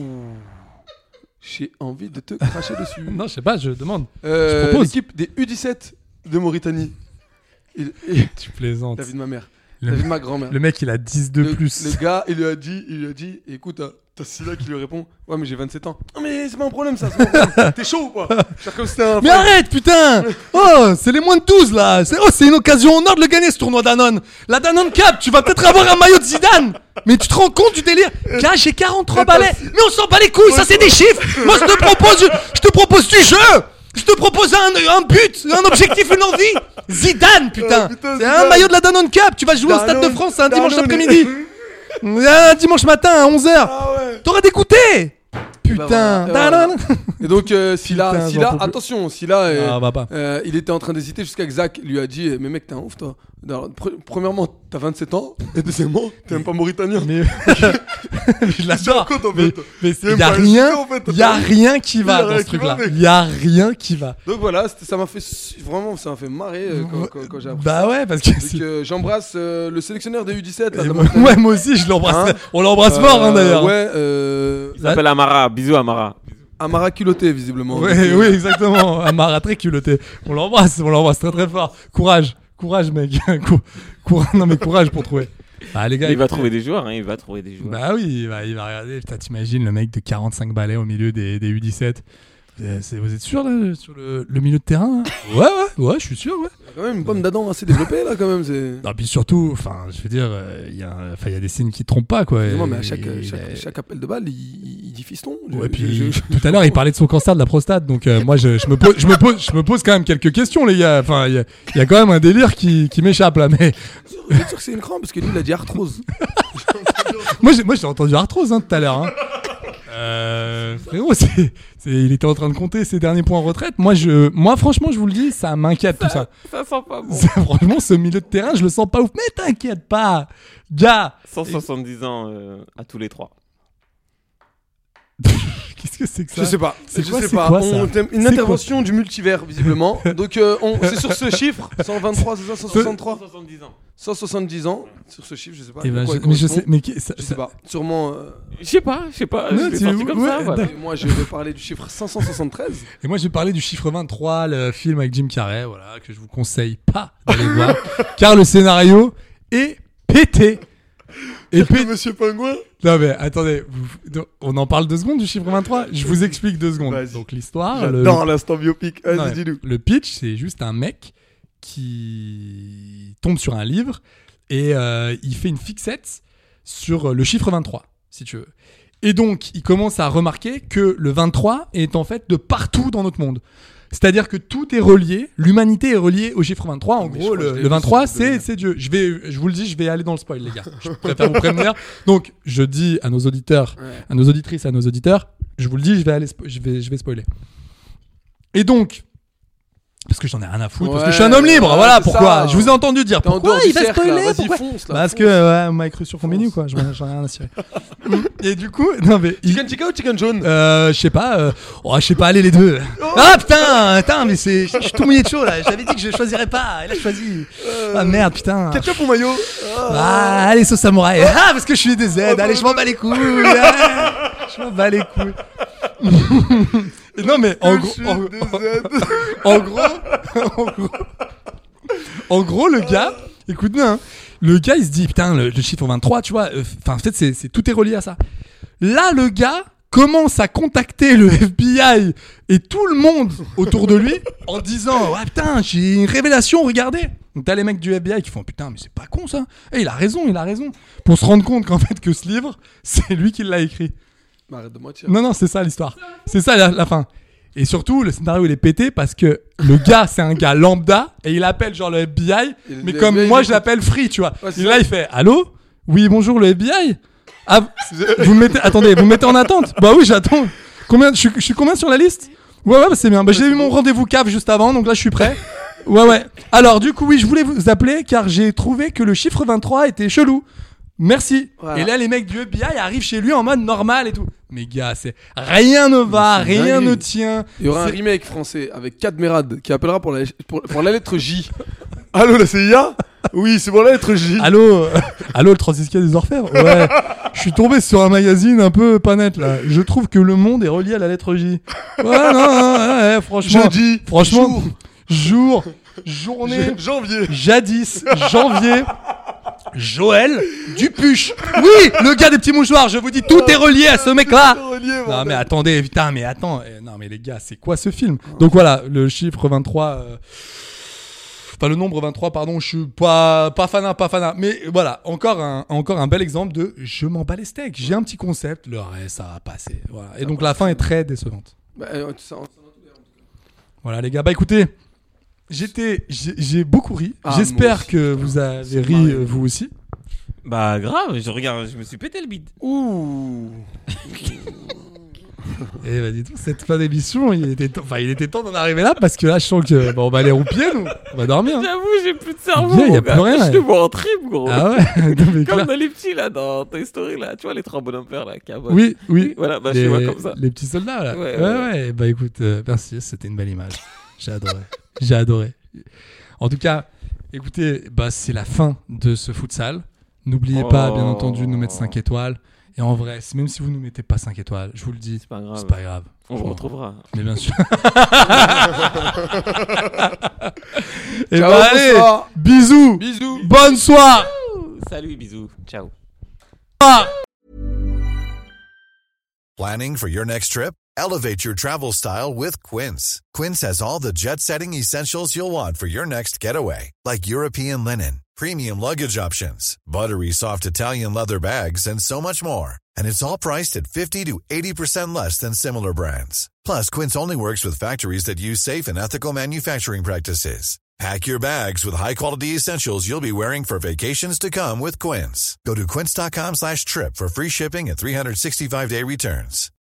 J'ai envie de te cracher dessus.
Non, je sais pas, je demande.
Euh,
je propose.
L'équipe des U dix-sept de Mauritanie. Il, il...
Tu plaisantes.
David, ma mère.
Le,
David, ma grand-mère.
Le mec, il a dix de
le,
plus.
Le gars, il lui a dit, il lui a dit, écoute, t'as Silla qui lui répond, ouais, mais j'ai vingt-sept ans. Non, mais c'est pas un problème, ça. C'est pas un problème. T'es chaud ou pas? Comme c'était un
mais arrête, putain. Oh, c'est les moins de douze, là. C'est, oh, c'est une occasion en or de le gagner, ce tournoi Danone. La Danone Cup, tu vas peut-être avoir un maillot de Zidane. Mais tu te rends compte du délire? Là, j'ai quarante-trois balais. Mais on s'en bat les couilles, ça, c'est des chiffres. Moi, je te propose, je te propose du jeu. Je te propose un, un but, un objectif, une envie. Zidane, putain. Oh, putain c'est Zidane. Un maillot de la Danone Cup. Tu vas jouer Danone, au Stade de France un dimanche Danone. Après-midi. Un dimanche matin à onze heures. Ah ouais. T'aurais d'écouter. Putain.
Bah, voilà. Et donc, euh, Silla, putain, Silla attention, Silla, euh,
ah, bah,
euh, il était en train d'hésiter jusqu'à que Zach lui a dit, mais mec, t'es un ouf, toi. Alors, pre- premièrement, t'as vingt-sept ans, et deuxièmement, t'es même pas mauritanien.
Mais je l'adore. Compte, en fait. Mais il y a rien, en fait, y a rien qui va dans ce truc-là. Il y a rien qui va.
Donc voilà, ça m'a fait vraiment, ça m'a fait marrer euh, quand, quand, quand j'ai appris.
Bah ouais, parce que
donc, euh, j'embrasse euh, le sélectionneur des U dix-sept. Là,
moi, ouais, moi aussi, je l'embrasse. Hein On l'embrasse euh, fort, hein, d'ailleurs.
Ouais. Euh,
il s'appelle Amara. Bisous, Amara.
Amara culotté, visiblement.
Ouais, donc, euh... Oui, exactement. Amara très culotté. On l'embrasse, on l'embrasse très très fort. Courage, courage, mec. Courage, non mais courage pour trouver.
Bah, les gars, il va trouver des joueurs, hein, il va trouver des joueurs.
Bah oui, il va, il va regarder. Putain, t'imagines le mec de quarante-cinq balais au milieu des, des U dix-sept. C'est, vous êtes sûr là, sur le, le milieu de terrain là? Ouais, ouais, ouais, je suis sûr, ouais.
Il y a quand même une pomme d'Adam assez développée là, quand même. C'est...
Non, puis surtout, enfin, je veux dire, il euh, y, y a des signes qui trompent pas, quoi.
Non, mais à chaque, et, chaque, chaque appel de balle, il, il dit fiston.
Ouais, je, puis je, je, tout à l'heure, il parlait de son cancer de la prostate, donc euh, moi, je, je, me pose, je, me pose, je me pose quand même quelques questions, les gars. Enfin, il y, y a quand même un délire qui, qui m'échappe là, mais.
Vous êtes sûr que c'est une crampe parce que lui, il a dit arthrose.
moi, j'ai, moi, j'ai entendu arthrose hein, tout à l'heure. Hein. Euh, frérot, c'est, c'est, il était en train de compter ses derniers points en retraite. Moi, je, moi, franchement, je vous le dis, ça m'inquiète
ça,
tout ça.
Ça sent pas bon.
Ça, franchement, ce milieu de terrain, je le sens pas ouf. Mais t'inquiète pas, gars.
cent soixante-dix ans euh, à tous les trois.
Qu'est-ce que c'est que ça?
Je sais pas.
C'est
je
quoi,
sais
c'est
pas.
quoi,
on,
ça
une c'est intervention quoi du multivers, visiblement. Donc, euh, on, c'est sur ce chiffre, cent vingt-trois, c'est ça, cent soixante-trois
cent soixante-dix ans.
cent soixante-dix ans, sur ce chiffre, je sais pas.
Et ben,
quoi,
je, mais je sais, mais qui,
ça, je sais ça... pas. Sûrement. Euh...
Je sais pas, je sais pas.
Non,
je vais partir comme
ouais,
ça. Voilà.
Moi, je vais parler du chiffre cinq cent soixante-treize.
Et moi, je vais parler du chiffre vingt-trois, le film avec Jim Carrey, voilà, que je vous conseille pas d'aller voir, car le scénario est pété.
Et puis Monsieur Pingouin.
Non mais attendez, vous, on en parle deux secondes du chiffre vingt-trois. Je vous explique deux secondes.
Vas-y.
Donc l'histoire.
J'adore
le...
l'instant biopic. Vas-y, non, dis-nous.
Le pitch, c'est juste un mec qui tombe sur un livre et euh, il fait une fixette sur le chiffre vingt-trois, si tu veux. Et donc il commence à remarquer que le vingt-trois est en fait de partout dans notre monde. C'est-à-dire que tout est relié, l'humanité est reliée au chiffre vingt-trois. En mais gros, le, le vingt-trois, c'est, c'est Dieu. Je vais, je vous le dis, je vais aller dans le spoil, les gars. Je préfère vous prévenir. Donc, je dis à nos auditeurs, ouais. à nos auditrices, à nos auditeurs, je vous le dis, je vais aller, spo- je vais, je vais spoiler. Et donc, parce que j'en ai rien à foutre, ouais, parce que je suis un homme libre, ouais, voilà pourquoi. Ça. Je vous ai entendu dire
T'es
pourquoi il va
cercle,
spoiler,
là.
pourquoi
Fonce, là,
parce
fonce.
que ouais, on m'a écrit sur mon menu, quoi. J'en ai rien à cirer. Et du coup, non mais
chicken chicken ou chicken jaune?
Euh, je sais pas. Euh... Oh, je sais pas. Allez les deux. Oh ah putain, putain, mais c'est, je suis tout mouillé de chaud là. J'avais dit que je choisirais pas. Et là, je choisis. Euh... Ah merde, putain.
Ketchup ou mayo?
Oh. Ah, allez sauce samouraï. Ah, parce que je suis des Z. Allez, je m'en bats les couilles. Ah, je m'en bats les couilles. Non mais en gros, en, en gros, en gros, en gros, le gars, écoute bien, hein, le gars il se dit putain le, le chiffre vingt-trois, tu vois, enfin euh, en fait c'est, c'est tout est relié à ça. Là le gars commence à contacter le F B I et tout le monde autour de lui en disant ouais putain j'ai une révélation, regardez. Donc t'as les mecs du F B I qui font putain mais c'est pas con ça. Et il a raison, il a raison. Pour se rendre compte qu'en fait que ce livre c'est lui qui l'a écrit.
Mais arrête de mentir.
Non, non, c'est ça l'histoire. C'est ça la, la fin. Et surtout, le scénario il est pété parce que le gars, c'est un gars lambda et il appelle genre le F B I, et mais comme F B I, moi je l'appelle Free, tu vois. Ouais, et là, ça. Il fait allô? Oui, bonjour le F B I. Ah, vous me mettez, attendez, vous me mettez en attente? Bah oui, j'attends. Combien, je suis, je suis combien sur la liste? Ouais, ouais, bah c'est bien. Bah, j'ai eu mon rendez-vous cave juste avant, donc là je suis prêt. Ouais, ouais. Alors, du coup, oui, je voulais vous appeler car j'ai trouvé que le chiffre vingt-trois était chelou. Merci. Voilà. Et là, les mecs du F B I arrivent chez lui en mode normal et tout. Mais gars, c'est rien ne va, rien ne tient.
Il y aura c'est... un remake français avec Cadmerad qui appellera pour la, pour, pour la lettre J. Allô, la C I A? Oui, c'est pour la lettre J.
Allô, euh, allô, le trente-six des Orfèvres? Ouais. Je suis tombé sur un magazine un peu pas net là. Je trouve que le monde est relié à la lettre J. Ouais, non, non, ouais, ouais, franchement.
Jeudi.
Franchement. Jour. Jour journée.
Janvier.
Jadis. Janvier. Joël Dupuche. Oui, le gars des petits mouchoirs, je vous dis, tout est relié à ce mec-là. Relié, non mais attendez, putain, mais attends. Non mais les gars, c'est quoi ce film? Donc voilà, le chiffre vingt-trois... Euh... Enfin, le nombre vingt-trois, pardon, je suis pas, pas fanat, pas fanat. Mais voilà, encore un, encore un bel exemple de je m'en bats les steaks. J'ai un petit concept, le reste, ça va passer. Voilà. Et donc la fin est très décevante.
Bah, euh, ça, ça
voilà les gars, bah écoutez... J'étais, j'ai, j'ai beaucoup ri. Ah, j'espère aussi, que putain, vous avez ri marré. Vous aussi.
Bah grave, je regarde, je me suis pété le bide.
Ouh.
Et bah dis donc, cette fin d'émission, il était, t- enfin il était temps d'en arriver là parce que là je sens que bon, on va aller roupier nous, on va dormir.
J'avoue, j'ai plus de cerveau.
Il y a plus rien.
Je te vois en trip gros.
Ah ouais. Non,
comme dans les petits là, dans Toy Story là, tu vois les trois bonhommes verts là qui abonnent.
Oui, oui.
Voilà, bah
les,
je vois comme ça.
Les petits soldats là.
Ouais,
ouais,
ouais.
ouais. ouais. Bah écoute, euh, merci, c'était une belle image. J'ai adoré. J'ai adoré. En tout cas, écoutez, bah, c'est la fin de ce futsal. N'oubliez oh. pas, bien entendu, de nous mettre cinq étoiles. Et en vrai, même si vous ne nous mettez pas cinq étoiles, je vous le dis,
c'est pas grave.
C'est pas grave.
On vous retrouvera.
Mais bien sûr. Et
ciao,
bah, allez, bisous.
Bisous.
Bonne soirée.
Salut, bisous. Ciao.
Ah.
Planning for your next trip? Elevate your travel style with Quince. Quince has all the jet-setting essentials you'll want for your next getaway, like European linen, premium luggage options, buttery soft Italian leather bags, and so much more. And it's all priced at fifty to eighty percent less than similar brands. Plus, Quince only works with factories that use safe and ethical manufacturing practices. Pack your bags with high-quality essentials you'll be wearing for vacations to come with Quince. Go to quince.com slash trip for free shipping and three sixty-five day returns.